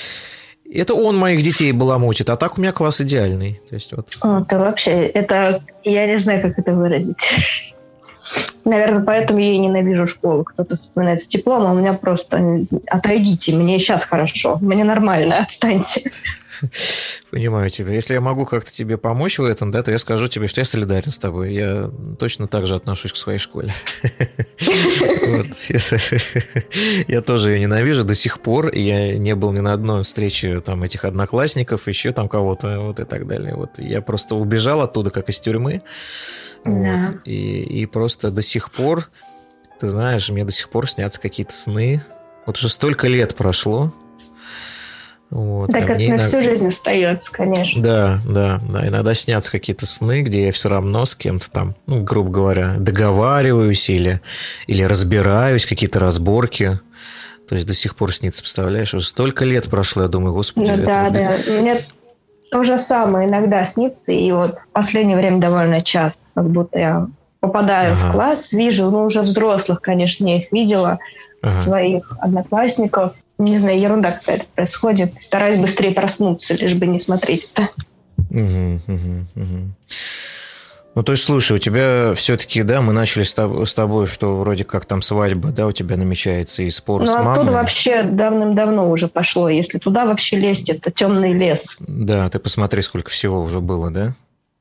Это он моих детей баламутит, а так у меня класс идеальный. То есть, вот. О, это вообще, это, я не знаю, как это выразить. Наверное, поэтому я и ненавижу школу. Кто-то вспоминает с теплом, а у меня просто отойдите, мне сейчас хорошо, мне нормально, отстаньте. Понимаю тебя. Если я могу как-то тебе помочь в этом, да, то я скажу тебе, что я солидарен с тобой. Я точно так же отношусь к своей школе. Я тоже ее ненавижу до сих пор. Я не был ни на одной встрече там этих одноклассников, еще там кого-то, вот и так далее. Вот я просто убежал оттуда, как из тюрьмы. Вот. И, и просто до сих пор, ты знаешь, мне до сих пор снятся какие-то сны. Вот уже столько лет прошло. Вот. Так а это на иногда... всю жизнь остается, конечно. Да, да, да. Иногда снятся какие-то сны, где я все равно с кем-то там, ну, грубо говоря, договариваюсь или, или разбираюсь, какие-то разборки. То есть до сих пор снится, представляешь? Уже столько лет прошло, я думаю, господи. Ну, да, вот да. Ведь... Мне то же самое иногда снится, и вот в последнее время довольно часто, как будто я попадаю ага. в класс, вижу, ну, уже взрослых, конечно, я их видела, ага. своих одноклассников. Не знаю, ерунда какая-то происходит. Стараюсь быстрее проснуться, лишь бы не смотреть это. Угу, угу, угу. Ну, то есть, слушай, у тебя все-таки, да, мы начали с тобой, с тобой, что вроде как там свадьба, да, у тебя намечается, и спор ну, с мамой. Ну, оттуда вообще давным-давно уже пошло. Если туда вообще лезть, это темный лес. Да, ты посмотри, сколько всего уже было, да?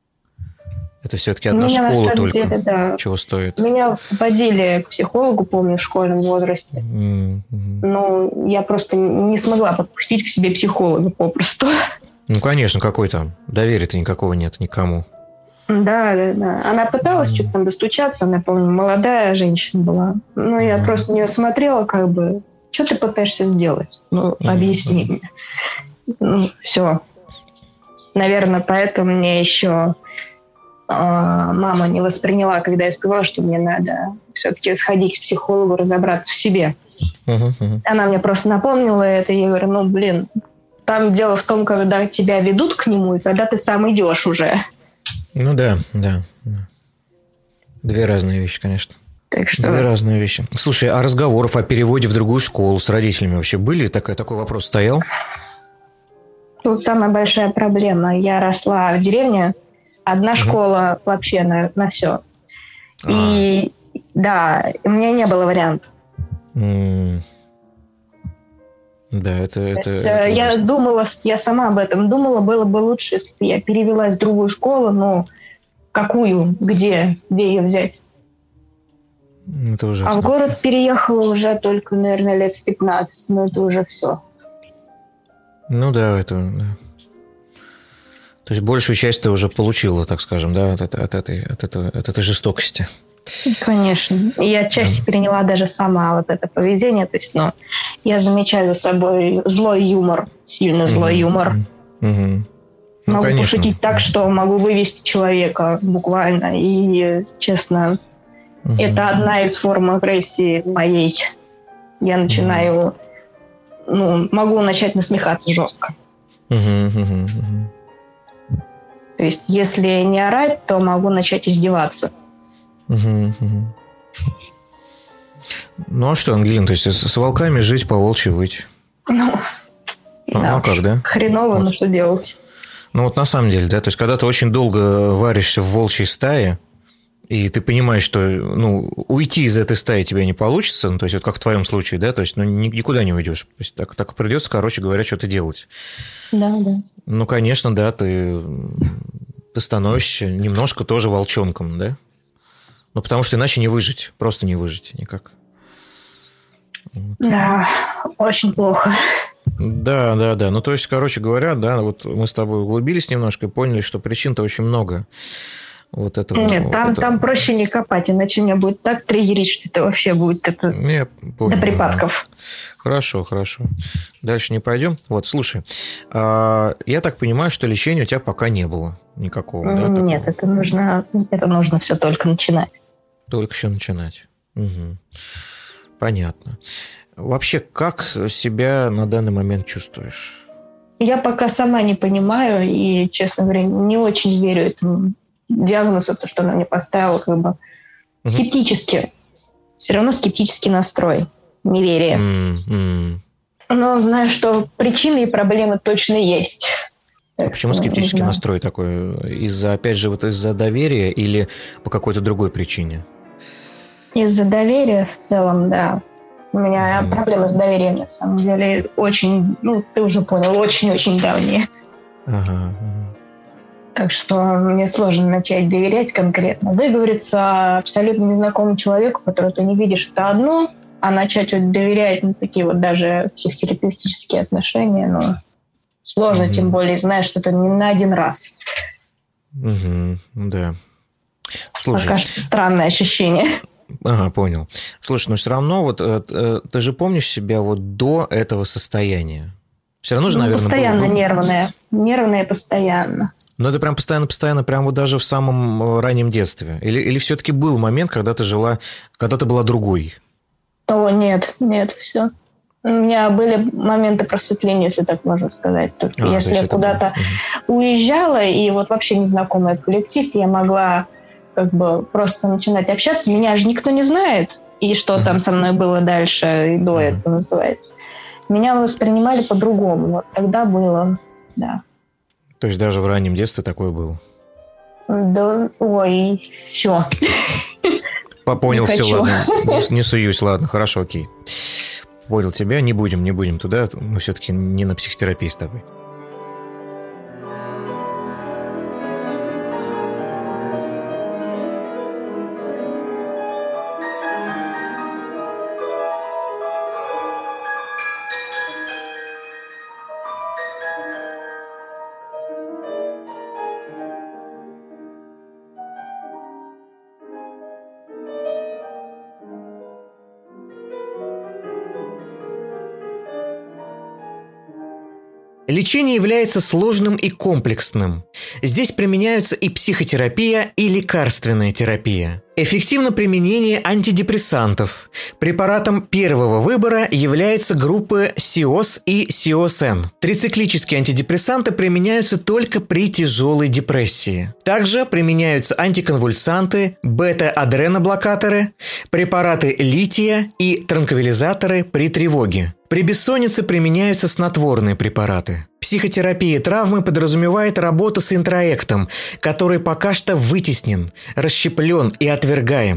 Это все-таки одна меня, школа только, деле, да. чего стоит. Меня водили к психологу, помню, в школьном возрасте. Mm-hmm. Но я просто не смогла подпустить к себе психолога попросту. Ну, конечно, какой там? Доверия-то никакого нет никому. Да, да, да. Она пыталась mm-hmm. что-то там достучаться, она, помню, молодая женщина была. Но я mm-hmm. просто не смотрела, как бы, что ты пытаешься сделать? Ну, mm-hmm. объясни мне. Ну, все. Наверное, поэтому мне еще... мама не восприняла, когда я сказала, что мне надо все-таки сходить к психологу, разобраться в себе. Uh-huh, uh-huh. Она мне просто напомнила это, и я говорю, ну, блин, там дело в том, когда тебя ведут к нему, и когда ты сам идешь уже. Ну да, да. Две разные вещи, конечно. Так что... Две разные вещи. Слушай, а разговоров о переводе в другую школу с родителями вообще были? Такой, такой вопрос стоял? Тут самая большая проблема. Я росла в деревне, одна угу. школа вообще на, на все. А. И да, у меня не было вариантов. Mm. Да, это... это, есть, это я ужасно. думала, я сама об этом думала, было бы лучше, если бы я перевелась в другую школу, но какую, где, где ее взять. Это ужасно. А в город переехала уже только, наверное, лет в пятнадцать, но это уже все. Ну да, это... Да. То есть большую часть ты уже получила, так скажем, да, от, от, этой, от, этой, от этой жестокости. Конечно. И я отчасти да. переняла даже сама вот это поведение. То есть, ну, я замечаю за собой злой юмор, сильно злой угу. юмор. Угу. Ну, могу конечно. пошутить так, что могу вывести человека буквально. И, честно, угу. это одна из форм агрессии моей. Я начинаю, угу. ну, могу начать насмехаться жестко. Угу, угу, угу. То есть, если не орать, то могу начать издеваться. Угу, угу. Ну а что, Ангелина, то есть с, с волками жить, по волчьи выть? Ну, ну, да, ну как, да? Хреново, вот. но что делать? Ну вот на самом деле, да, то есть когда ты очень долго варишься в волчьей стае, и ты понимаешь, что ну, уйти из этой стаи тебе не получится, ну, то есть вот как в твоем случае, да, то есть ну, никуда не уйдешь. То есть так, так придется, короче говоря, что-то делать. Да, да. Ну, конечно, да, ты, ты становишься немножко тоже волчонком, да? Ну, потому что иначе не выжить, просто не выжить никак. Вот. Да, очень плохо. Да, да, да. Ну, то есть, короче говоря, да, вот мы с тобой углубились немножко и поняли, что причин-то очень много. Вот этого, Нет, вот там, этого. там проще не копать, иначе меня будет так триггерить, что это вообще будет это Я понял, до припадков. Да. Хорошо, хорошо. Дальше не пойдем. Вот, слушай, а, я так понимаю, что лечения у тебя пока не было никакого, да? Нет, такого? это нужно, это нужно все только начинать. Только еще начинать. Угу. Понятно. Вообще, как себя на данный момент чувствуешь? Я пока сама не понимаю и, честно говоря, не очень верю этому диагнозу, то, что она мне поставила, как бы угу. скептически. Все равно скептический настрой, неверие. Mm-hmm. Но знаю, что причины и проблемы точно есть. А почему скептический настрой такой? Из-за, опять же, вот из-за доверия или по какой-то другой причине? Из-за доверия в целом, да. У меня mm. проблемы с доверием, на самом деле, очень, ну, ты уже понял, очень-очень давние. Ага, ага. Так что мне сложно начать доверять конкретно. Выговориться абсолютно незнакомому человеку, которого ты не видишь, это одно, а начать вот доверять, ну, такие вот даже психотерапевтические отношения, ну, сложно, mm-hmm. тем более, знаешь, что это не на один раз. Mm-hmm. Да. Слушай. Пока что странное ощущение. Ага, понял. Слушай, но все равно вот э, ты же помнишь себя вот до этого состояния? Все равно же, ну, наверное, постоянно было... нервная. Нервная постоянно. Но это прям постоянно-постоянно, прям вот даже в самом раннем детстве? Или, или все-таки был момент, когда ты жила, когда ты была другой? О, нет, нет, все. У меня были моменты просветления, если так можно сказать. Только а, если я куда-то угу. уезжала, и вот вообще незнакомый коллектив, я могла как бы просто начинать общаться. Меня же никто не знает, и что uh-huh. там со мной было дальше, и до uh-huh. этого называется. Меня воспринимали по-другому. Вот тогда было, да. То есть даже в раннем детстве такое было? Да, ой, все. Понял, все, ладно. Не, не суюсь, ладно, хорошо, окей. Понял тебя, не будем, не будем туда. Мы все-таки не на психотерапии с тобой. Лечение является сложным и комплексным. Здесь применяются и психотерапия, и лекарственная терапия. Эффективно применение антидепрессантов. Препаратом первого выбора являются группы СИОС и СИОС-Н. Трициклические антидепрессанты применяются только при тяжелой депрессии. Также применяются антиконвульсанты, бета-адреноблокаторы, препараты лития и транквилизаторы при тревоге. При бессоннице применяются снотворные препараты. Психотерапия травмы подразумевает работу с интроектом, который пока что вытеснен, расщеплен и отвергаем.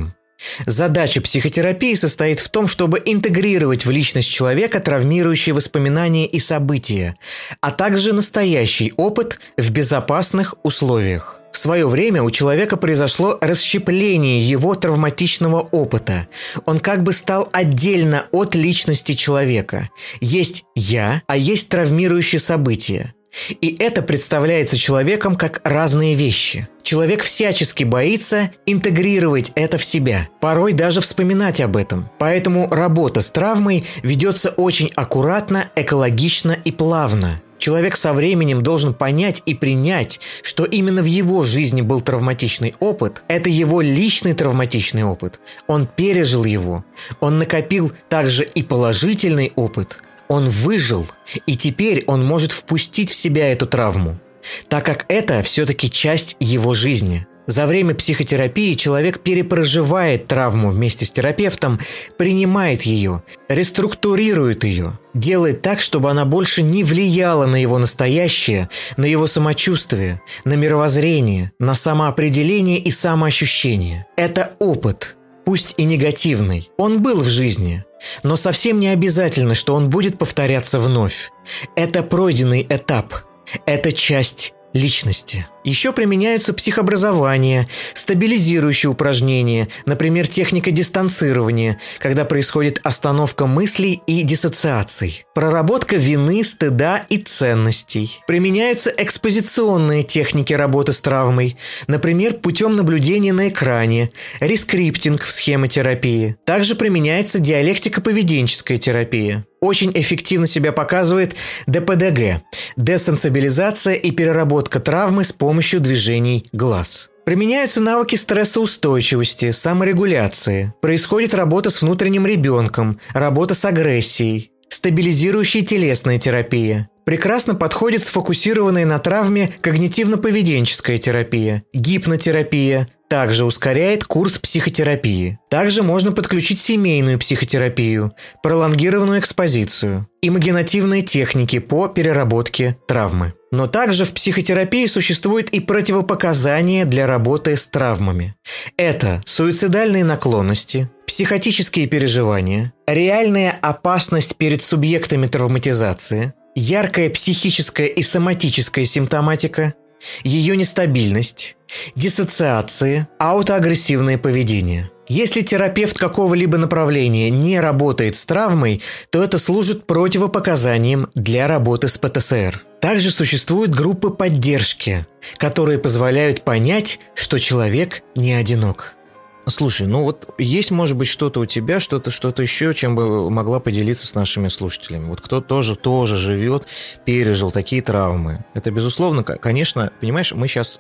Задача психотерапии состоит в том, чтобы интегрировать в личность человека травмирующие воспоминания и события, а также настоящий опыт в безопасных условиях. В свое время у человека произошло расщепление его травматичного опыта. Он как бы стал отдельно от личности человека. Есть «я», а есть травмирующие события. И это представляется человеком как разные вещи. Человек всячески боится интегрировать это в себя, порой даже вспоминать об этом. Поэтому работа с травмой ведется очень аккуратно, экологично и плавно. Человек со временем должен понять и принять, что именно в его жизни был травматичный опыт. Это его личный травматичный опыт. Он пережил его. Он накопил также и положительный опыт. Он выжил, и теперь он может впустить в себя эту травму, так как это все-таки часть его жизни. За время психотерапии человек перепроживает травму вместе с терапевтом, принимает ее, реструктурирует ее, делает так, чтобы она больше не влияла на его настоящее, на его самочувствие, на мировоззрение, на самоопределение и самоощущение. Это опыт, пусть и негативный. Он был в жизни, но совсем не обязательно, что он будет повторяться вновь. Это пройденный этап. Это часть личности. Еще применяются психообразование, стабилизирующие упражнения, например, техника дистанцирования, когда происходит остановка мыслей и диссоциаций, проработка вины, стыда и ценностей. Применяются экспозиционные техники работы с травмой, например, путем наблюдения на экране, рескриптинг в схемотерапии. Также применяется диалектико-поведенческая терапия. Очень эффективно себя показывает дэ пэ дэ гэ – десенсибилизация и переработка травмы с помощью движений глаз. Применяются навыки стрессоустойчивости, саморегуляции. Происходит работа с внутренним ребенком, работа с агрессией, стабилизирующая телесная терапия. Прекрасно подходит сфокусированная на травме когнитивно-поведенческая терапия, гипнотерапия. Также ускоряет курс психотерапии. Также можно подключить семейную психотерапию, пролонгированную экспозицию, имагинативные техники по переработке травмы. Но также в психотерапии существуют и противопоказания для работы с травмами. Это суицидальные наклонности, психотические переживания, реальная опасность перед субъектами травматизации, яркая психическая и соматическая симптоматика, ее нестабильность, диссоциации, аутоагрессивное поведение. Если терапевт какого-либо направления не работает с травмой, то это служит противопоказанием для работы с пэ тэ эс эр. Также существуют группы поддержки, которые позволяют понять, что человек не одинок. Слушай, ну вот есть, может быть, что-то у тебя, что-то, что-то еще, чем бы могла поделиться с нашими слушателями? Вот кто тоже, тоже живет, пережил такие травмы. Это, безусловно, конечно, понимаешь, мы сейчас...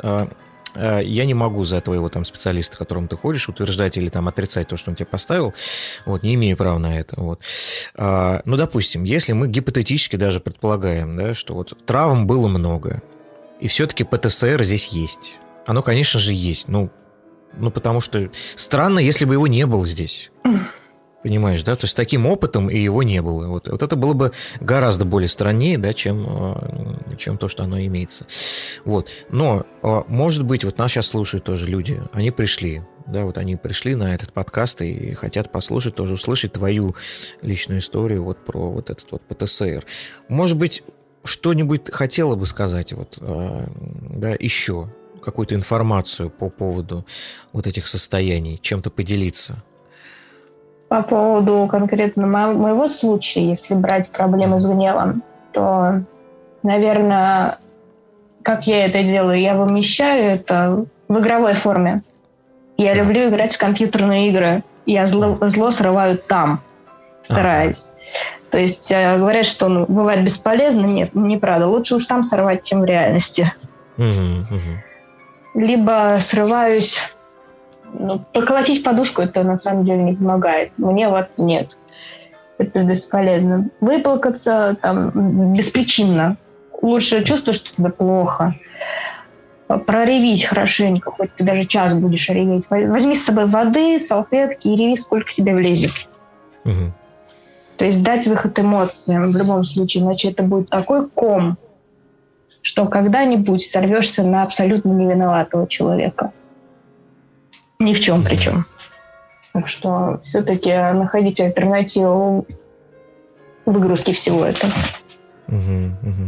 Я не могу за твоего там специалиста, к которому ты ходишь, утверждать или там отрицать то, что он тебе поставил. Вот, не имею права на это. Вот. А, ну, допустим, если мы гипотетически даже предполагаем, да, что вот травм было много, и все-таки пэ тэ эс эр здесь есть. Оно, конечно же, есть. Ну, ну, потому что странно, если бы его не было здесь. Понимаешь, да? То есть, с таким опытом и его не было. Вот, вот это было бы гораздо более страннее, да, чем, чем то, что оно имеется. Вот. Но, может быть, вот нас сейчас слушают тоже люди. Они пришли, да, вот они пришли на этот подкаст и хотят послушать, тоже услышать твою личную историю вот про вот этот вот пэ тэ эс эр. Может быть, что-нибудь хотела бы сказать вот, да, еще, какую-то информацию по поводу вот этих состояний, чем-то поделиться? По поводу конкретно мо- моего случая, если брать проблемы с гневом, то, наверное, как я это делаю, я вымещаю это в игровой форме. Я люблю играть в компьютерные игры. Я зло, зло срываю там, стараюсь. То есть говорят, что ну, бывает бесполезно. Нет, неправда. Лучше уж там сорвать, чем в реальности. Либо срываюсь... Ну, поколотить подушку, это на самом деле не помогает. Мне вот нет. Это бесполезно. Выплакаться там беспричинно. Лучше чувствуешь, что тебе плохо. Проревись хорошенько, хоть ты даже час будешь реветь. Возьми с собой воды, салфетки и реви, сколько тебе влезет. Угу. То есть дать выход эмоциям в любом случае, иначе это будет такой ком, что когда-нибудь сорвешься на абсолютно невиноватого человека. Ни в чем причем. Так что все-таки находить альтернативу выгрузки всего этого. Угу, угу.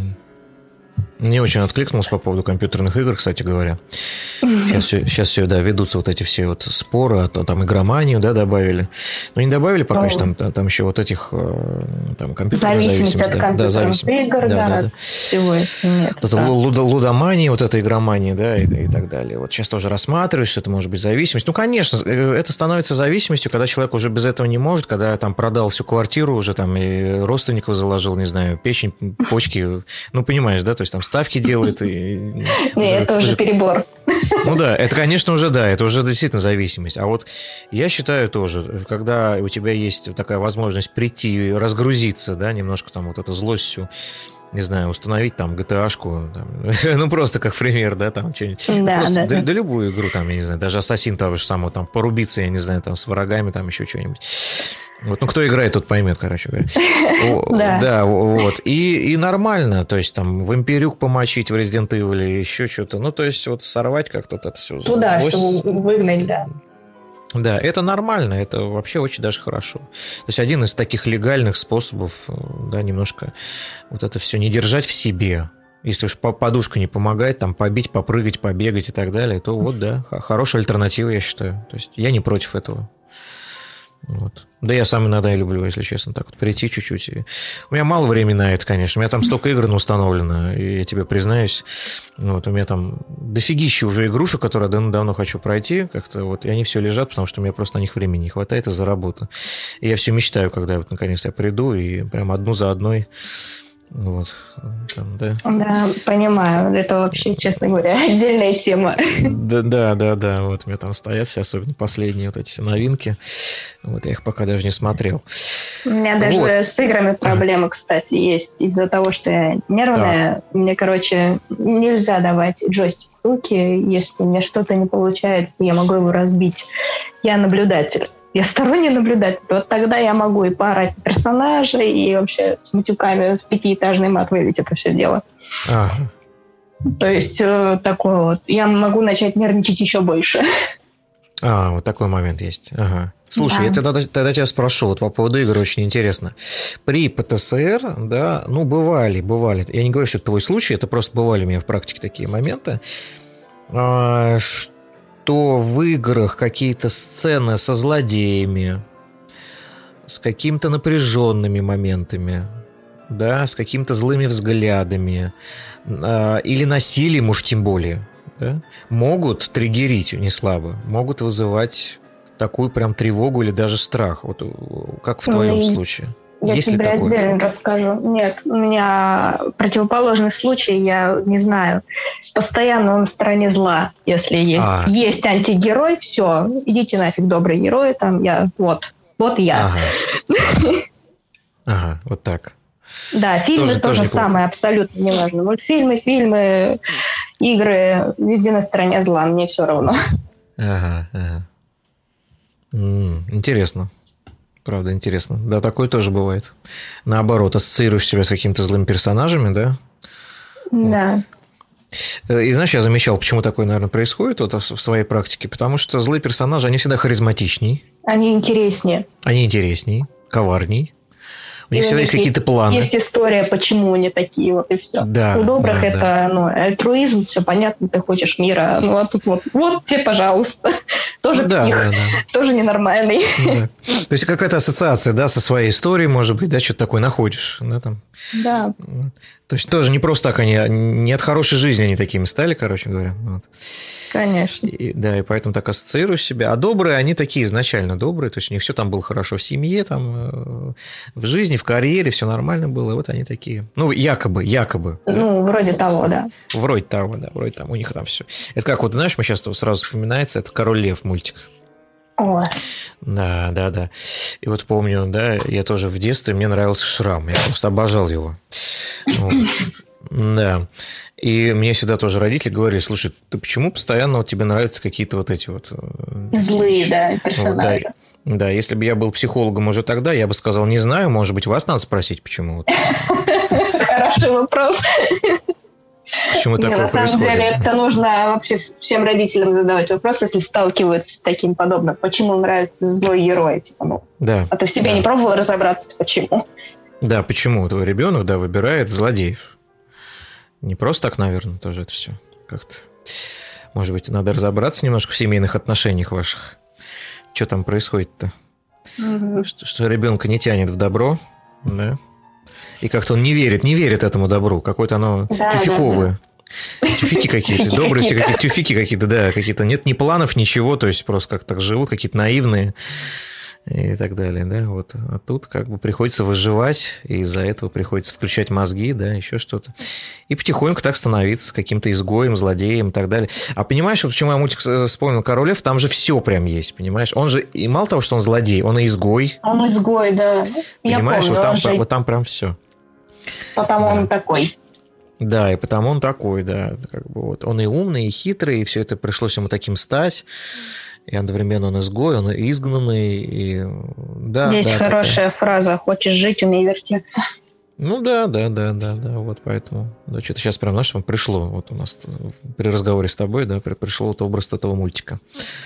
Мне очень откликнулось по поводу компьютерных игр, кстати говоря. Сейчас, сейчас все, да, ведутся вот эти все вот споры, а то там игроманию, да, добавили. Но не добавили пока что, там, там еще вот этих там, компьютерных зависимость от да, компьютерных да, зависимость. игр, да, да, да, да. да. Всего этого нет. Вот да. луд, лудомания, вот эта игромания, да, и, и так далее. Вот сейчас тоже рассматриваю, что это может быть зависимость. Ну, конечно, это становится зависимостью, когда человек уже без этого не может, когда там продал всю квартиру, уже там и родственников заложил, не знаю, печень, почки, ну, понимаешь, да, то есть там ставки делает. И... Нет, это уже перебор. Ну да, это, конечно, уже да, это уже действительно зависимость. А вот я считаю тоже, когда у тебя есть такая возможность прийти и разгрузиться, да, немножко там вот эту злость всю, не знаю, установить там джи ти эй-шку, там, ну просто как пример, да, там что-нибудь. Да, просто, да, да, да. да любую игру, там, я не знаю, даже Ассасин того же самого, там, порубиться, я не знаю, там, с врагами, там, еще что-нибудь. Вот, ну, кто играет, тот поймет, короче говоря. Да. Да, вот. И, и нормально, то есть, там, в Империук помочить, в Resident Evil или еще что-то. Ну, то есть, вот сорвать как-то вот это все. Туда все выгнать, да. Да, это нормально, это вообще очень даже хорошо. То есть, один из таких легальных способов, да, немножко вот это все не держать в себе. Если уж подушка не помогает, там, побить, попрыгать, побегать и так далее, то вот, да, хорошая альтернатива, я считаю. То есть, я не против этого. Вот. Да я сам иногда и люблю, если честно, так вот прийти чуть-чуть. И... У меня мало времени на это, конечно. У меня там столько игр установлено, и я тебе признаюсь. Вот, у меня там дофигища уже игрушек, которые я давно хочу пройти. Как-то вот, и они все лежат, потому что у меня просто на них времени не хватает из-за работы. И я все мечтаю, когда вот наконец я приду, и прям одну за одной. Вот. Там, да. Да, понимаю. Это вообще, честно говоря, отдельная тема. Да, да, да, да. Вот у меня там стоят все, особенно последние вот эти новинки. Вот я их пока даже не смотрел. У меня даже вот. с играми проблемы, кстати, есть. Из-за того, что я нервная, да. Мне, короче, нельзя давать джойстик в руки. Если у меня что-то не получается, я могу его разбить. Я наблюдатель. Я сторонний наблюдатель. Вот тогда я могу и поорать на персонажа, и вообще с матюками в пятиэтажный мат вылить это все дело. Ага. То есть э, такое вот. Я могу начать нервничать еще больше. А, вот такой момент есть. Ага. Слушай, да. я тогда, тогда тебя спрошу, вот по поводу игр очень интересно. При ПТСР, да, ну, бывали, бывали. Я не говорю, что это твой случай, это просто бывали у меня в практике такие моменты, что то в играх какие-то сцены со злодеями, с какими-то напряженными моментами, да, с какими-то злыми взглядами, э, или насилием уж тем более, да, могут триггерить не слабо, могут вызывать такую прям тревогу или даже страх, вот как в твоем mm. случае. Я Есть тебе отдельно расскажу. Нет, у меня противоположный случай, я не знаю. Постоянно он на стороне зла, если есть. А. Есть антигерой, все, идите нафиг, добрые герои, там я, вот, вот я. Ага, ага вот так. Да, фильмы тоже, тоже самое, абсолютно неважно. Мультфильмы, фильмы, игры, везде на стороне зла, мне все равно. Ага, ага. М-м, интересно. Правда, интересно. Да, такое тоже бывает. Наоборот, ассоциируешь себя с какими-то злыми персонажами, да? Да. И знаешь, я замечал, почему такое, наверное, происходит вот в своей практике. Потому что злые персонажи, они всегда харизматичней. Они интереснее. Они интересней, коварней. У них всегда есть какие-то планы. Есть история, почему они такие, вот и все. Да, у добрых да, это да. Ну, альтруизм, все понятно, ты хочешь мира. Ну, а тут вот, вот тебе, пожалуйста. Тоже да, псих, да, да. тоже ненормальный. Да. То есть какая-то ассоциация, да, со своей историей, может быть, да, что-то такое находишь. Да, там. Да. То есть тоже не просто так они, не от хорошей жизни они такими стали, короче говоря. Вот. Конечно. И, да, и поэтому так ассоциирую себя. А добрые, они такие изначально добрые, то есть у них все там было хорошо в семье, там, в жизни, в карьере, все нормально было, и вот они такие. Ну, якобы, якобы. Ну, да. вроде того, да. Вроде того, да, вроде там, у них там все. Это как вот, знаешь, мы сейчас сразу вспоминается, это «Король Лев» мультик. О. Да, да, да. И вот помню, да, я тоже в детстве, мне нравился Шрам, я просто обожал его. Вот. Да. И мне всегда тоже родители говорили: слушай, ты почему постоянно вот тебе нравятся какие-то вот эти вот... Злые, да, персонажи. Вот, да. Да, если бы я был психологом уже тогда, я бы сказал: не знаю, может быть, вас надо спросить, почему. Хороший вопрос. Почему такое на самом происходит? деле это нужно вообще всем родителям задавать вопрос, если сталкиваются с таким подобным. Почему нравится злой герой? Типа, ну, Да. а ты в себе да. не пробовал разобраться, почему? Да, почему твой ребенок, да, выбирает злодеев? Не просто так, наверное, тоже это все как-то. Может быть, надо разобраться немножко в семейных отношениях ваших. Что там происходит-то? Угу. Что, что ребенка не тянет в добро, да? И как-то он не верит, не верит этому добру. Какое-то оно да, тюфиковое. Да, да. Тюфики какие-то, добрые все какие-то, тюфики какие-то, да, какие-то. Нет ни планов, ничего, то есть просто как так живут, какие-то наивные и так далее, да, вот. А тут как бы приходится выживать, и из-за этого приходится включать мозги, да, еще что-то. И потихоньку так становиться каким-то изгоем, злодеем и так далее. А понимаешь, вот почему я мультик вспомнил «Король Лев», там же все прям есть, понимаешь? Он же, и мало того, что он злодей, он и изгой. Он изгой, да. Понимаешь, я помню, вот, там, же... вот там прям все. Потому да. он такой. Да, и потому он такой, да. Как бы вот. Он и умный, и хитрый, и все это пришлось ему таким стать. И одновременно он изгой, он изгнанный. И... Да, Есть да, хорошая такая... фраза «Хочешь жить, умей вертеться». Ну да, да, да, да, да, вот поэтому. Да, что-то сейчас прям, знаешь, пришло, вот у нас при разговоре с тобой, да, пришло вот образ этого мультика.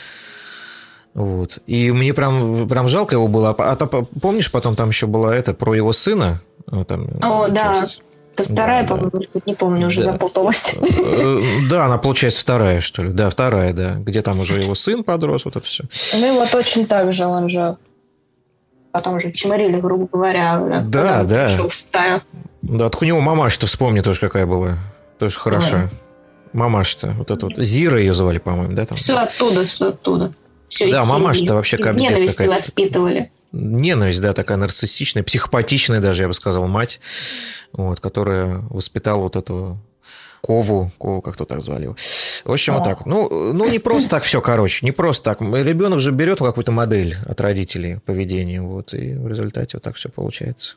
Вот. И мне прям, прям жалко его было. А то, помнишь, потом там еще была это про его сына? Там, О, да. часть... Это вторая, да, по-моему, да. Не помню, уже да. запуталась. Да, она, получается, вторая, что ли. Да, вторая, да. Где там уже его сын подрос, вот это все. Ну и вот точно так же, он же потом уже чморили, грубо говоря. Да, да. Пришел в стаю. Да, от у него мамаша-то вспомни тоже, какая была. Тоже хороша. Ой. Мамаша-то, вот эта вот. Зира ее звали, по-моему, да? Там? Все оттуда, все оттуда. Все да, мамаша-то вообще как ненависти воспитывали. Ненависть, да, такая нарциссичная, психопатичная даже, я бы сказал, мать, вот, которая воспитала вот эту Кову, Кову, как-то так звали его. В общем, а. вот так. Ну, ну, не просто так все, короче, не просто так. Ребенок же берет какую-то модель от родителей поведения, вот, и в результате вот так все получается.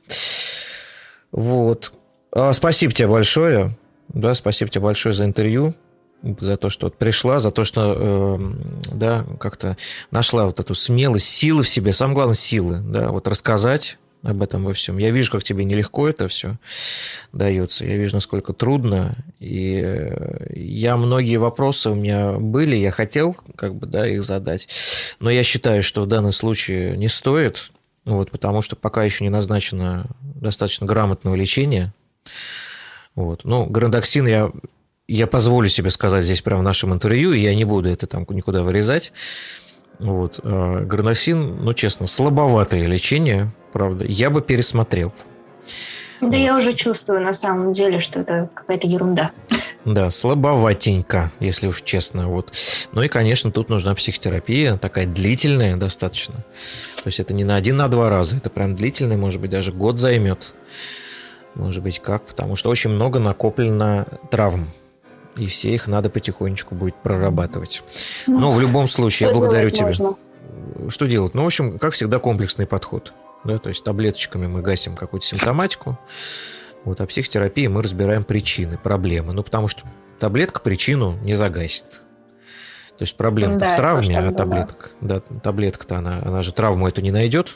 Вот. А, спасибо тебе большое, да, спасибо тебе большое за интервью. За то, что вот пришла, за то, что э, да, как-то нашла вот эту смелость, силы в себе, самое главное, силы, да, вот рассказать об этом во всем. Я вижу, как тебе нелегко это все дается, я вижу, насколько трудно, и я многие вопросы у меня были, я хотел как бы, да, их задать, но я считаю, что в данном случае не стоит, вот, потому что пока еще не назначено достаточно грамотного лечения. Вот. Ну, городоксин я... Я позволю себе сказать здесь прямо в нашем интервью, и я не буду это там никуда вырезать. Вот. Городоксин, ну, честно, слабоватое лечение, правда. Я бы пересмотрел. Да вот. Я уже чувствую на самом деле, что это какая-то ерунда. Да, слабоватенько, если уж честно. Вот. Ну и, конечно, тут нужна психотерапия, такая длительная достаточно. То есть это не на один, на два раза, это прям длительная, может быть, даже год займет. Может быть, как, потому что очень много накоплено травм. И все их надо потихонечку будет прорабатывать. Ну, но в любом случае, я благодарю тебя. Можно? Что делать? Ну, в общем, как всегда, комплексный подход. Да? То есть таблеточками мы гасим какую-то симптоматику, вот, а психотерапией мы разбираем причины, проблемы. Ну, потому что таблетка причину не загасит. То есть проблема-то да, в травме, а таблетка, да, таблетка-то она, она же травму эту не найдет.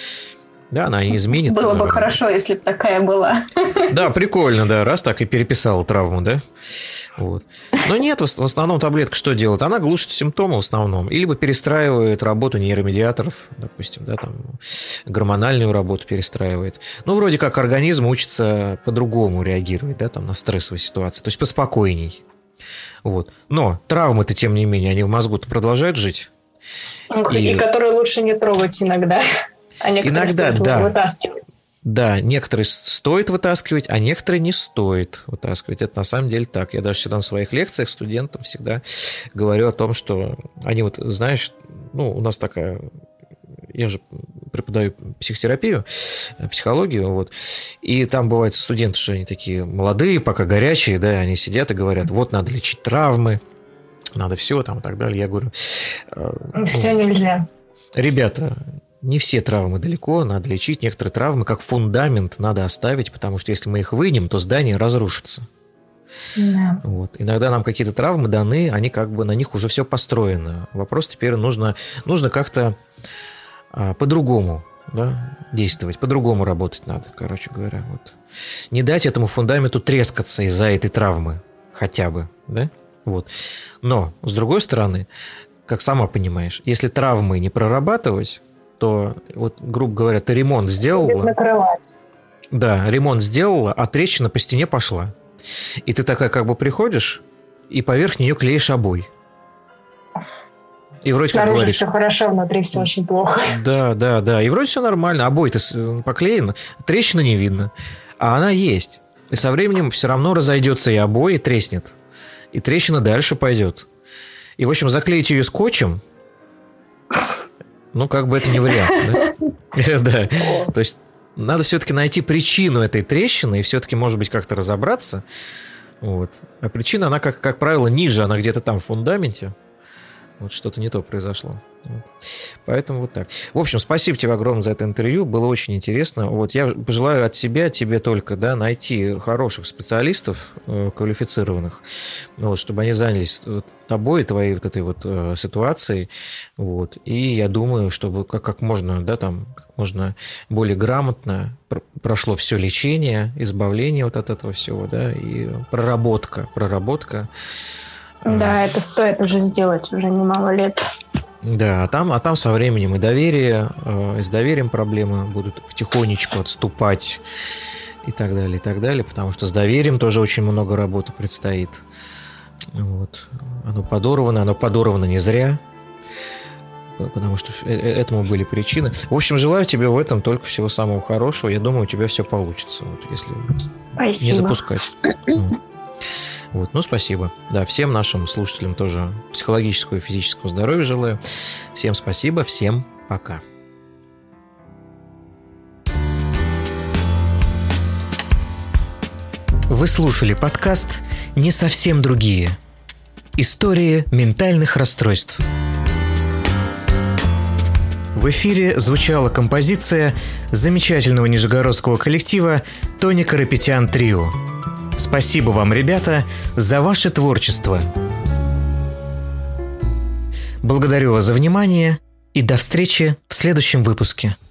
Да, она не изменит. Было бы хорошо, если бы такая была. Да, прикольно, да, раз так и переписала травму, да. Вот. Но нет, в основном таблетка что делает? Она глушит симптомы в основном, или перестраивает работу нейромедиаторов, допустим, да, там, гормональную работу перестраивает. Ну, вроде как организм учится по-другому реагировать, да, там, на стрессовые ситуации, то есть поспокойней. Вот. Но травмы-то, тем не менее, они в мозгу-то продолжают жить. И, и которые лучше не трогать иногда. А иногда, да. Вытаскивать. Да, некоторые стоит вытаскивать, а некоторые не стоит вытаскивать. Это на самом деле так. Я даже всегда на своих лекциях студентам всегда говорю о том, что они вот, знаешь, ну, у нас такая... Я же преподаю психотерапию, психологию, вот. И там бывают студенты, что они такие молодые, пока горячие, да, они сидят и говорят, вот надо лечить травмы, надо все там и так далее. Я говорю... Все ну, нельзя. Ребята... Не все травмы далеко, надо лечить. Некоторые травмы, как фундамент, надо оставить, потому что если мы их вынем, то здание разрушится. Да. Вот. Иногда нам какие-то травмы даны, они как бы на них уже все построено. Вопрос теперь нужно, нужно как-то а, по-другому, да, действовать, по-другому работать надо, короче говоря. Вот. Не дать этому фундаменту трескаться из-за этой травмы. хотя бы, да? Вот. Но, с другой стороны, как сама понимаешь, если травмы не прорабатывать, то, вот, грубо говоря, ты ремонт сделала. Накрывать. Да, ремонт сделала, а трещина по стене пошла. И ты такая как бы приходишь, и поверх нее клеишь обои. И вроде снаружи как говоришь, все хорошо, внутри все очень плохо. Да, да, да. И вроде все нормально. Обои-то поклеены, трещины не видно. А она есть. И со временем все равно разойдется и обои, и треснет. И трещина дальше пойдет. И, в общем, заклеить ее скотчем, ну, как бы это не вариант. Да. То есть надо все-таки найти причину этой трещины и все-таки, может быть, как-то разобраться. Вот. А причина, она, как, как правило, ниже, она где-то там в фундаменте. Вот что-то не то произошло. Вот. Поэтому вот так. В общем, спасибо тебе огромное за это интервью. Было очень интересно. Вот я пожелаю от себя тебе только, да, найти хороших специалистов, э, квалифицированных, вот, чтобы они занялись вот, тобой и твоей вот этой вот э, ситуацией. Вот. И я думаю, чтобы как, как можно, да, там, как можно более грамотно пр- прошло все лечение, избавление вот от этого всего, да, и проработка, проработка. Да, это стоит уже сделать, уже немало лет. Да, а там, а там со временем и доверие, э, и с доверием проблемы будут потихонечку отступать и так далее, и так далее, потому что с доверием тоже очень много работы предстоит. Вот. Оно подорвано, оно подорвано не зря, потому что этому были причины. В общем, желаю тебе в этом только всего самого хорошего. Я думаю, у тебя все получится, вот, если Спасибо. Не запускать. Вот, ну, спасибо. Да, всем нашим слушателям тоже психологического и физического здоровья желаю. Всем спасибо, всем пока. Вы слушали подкаст «Не совсем другие. Истории ментальных расстройств». В эфире звучала композиция замечательного нижегородского коллектива «Тони Карапетян Трио». Спасибо вам, ребята, за ваше творчество. Благодарю вас за внимание и до встречи в следующем выпуске.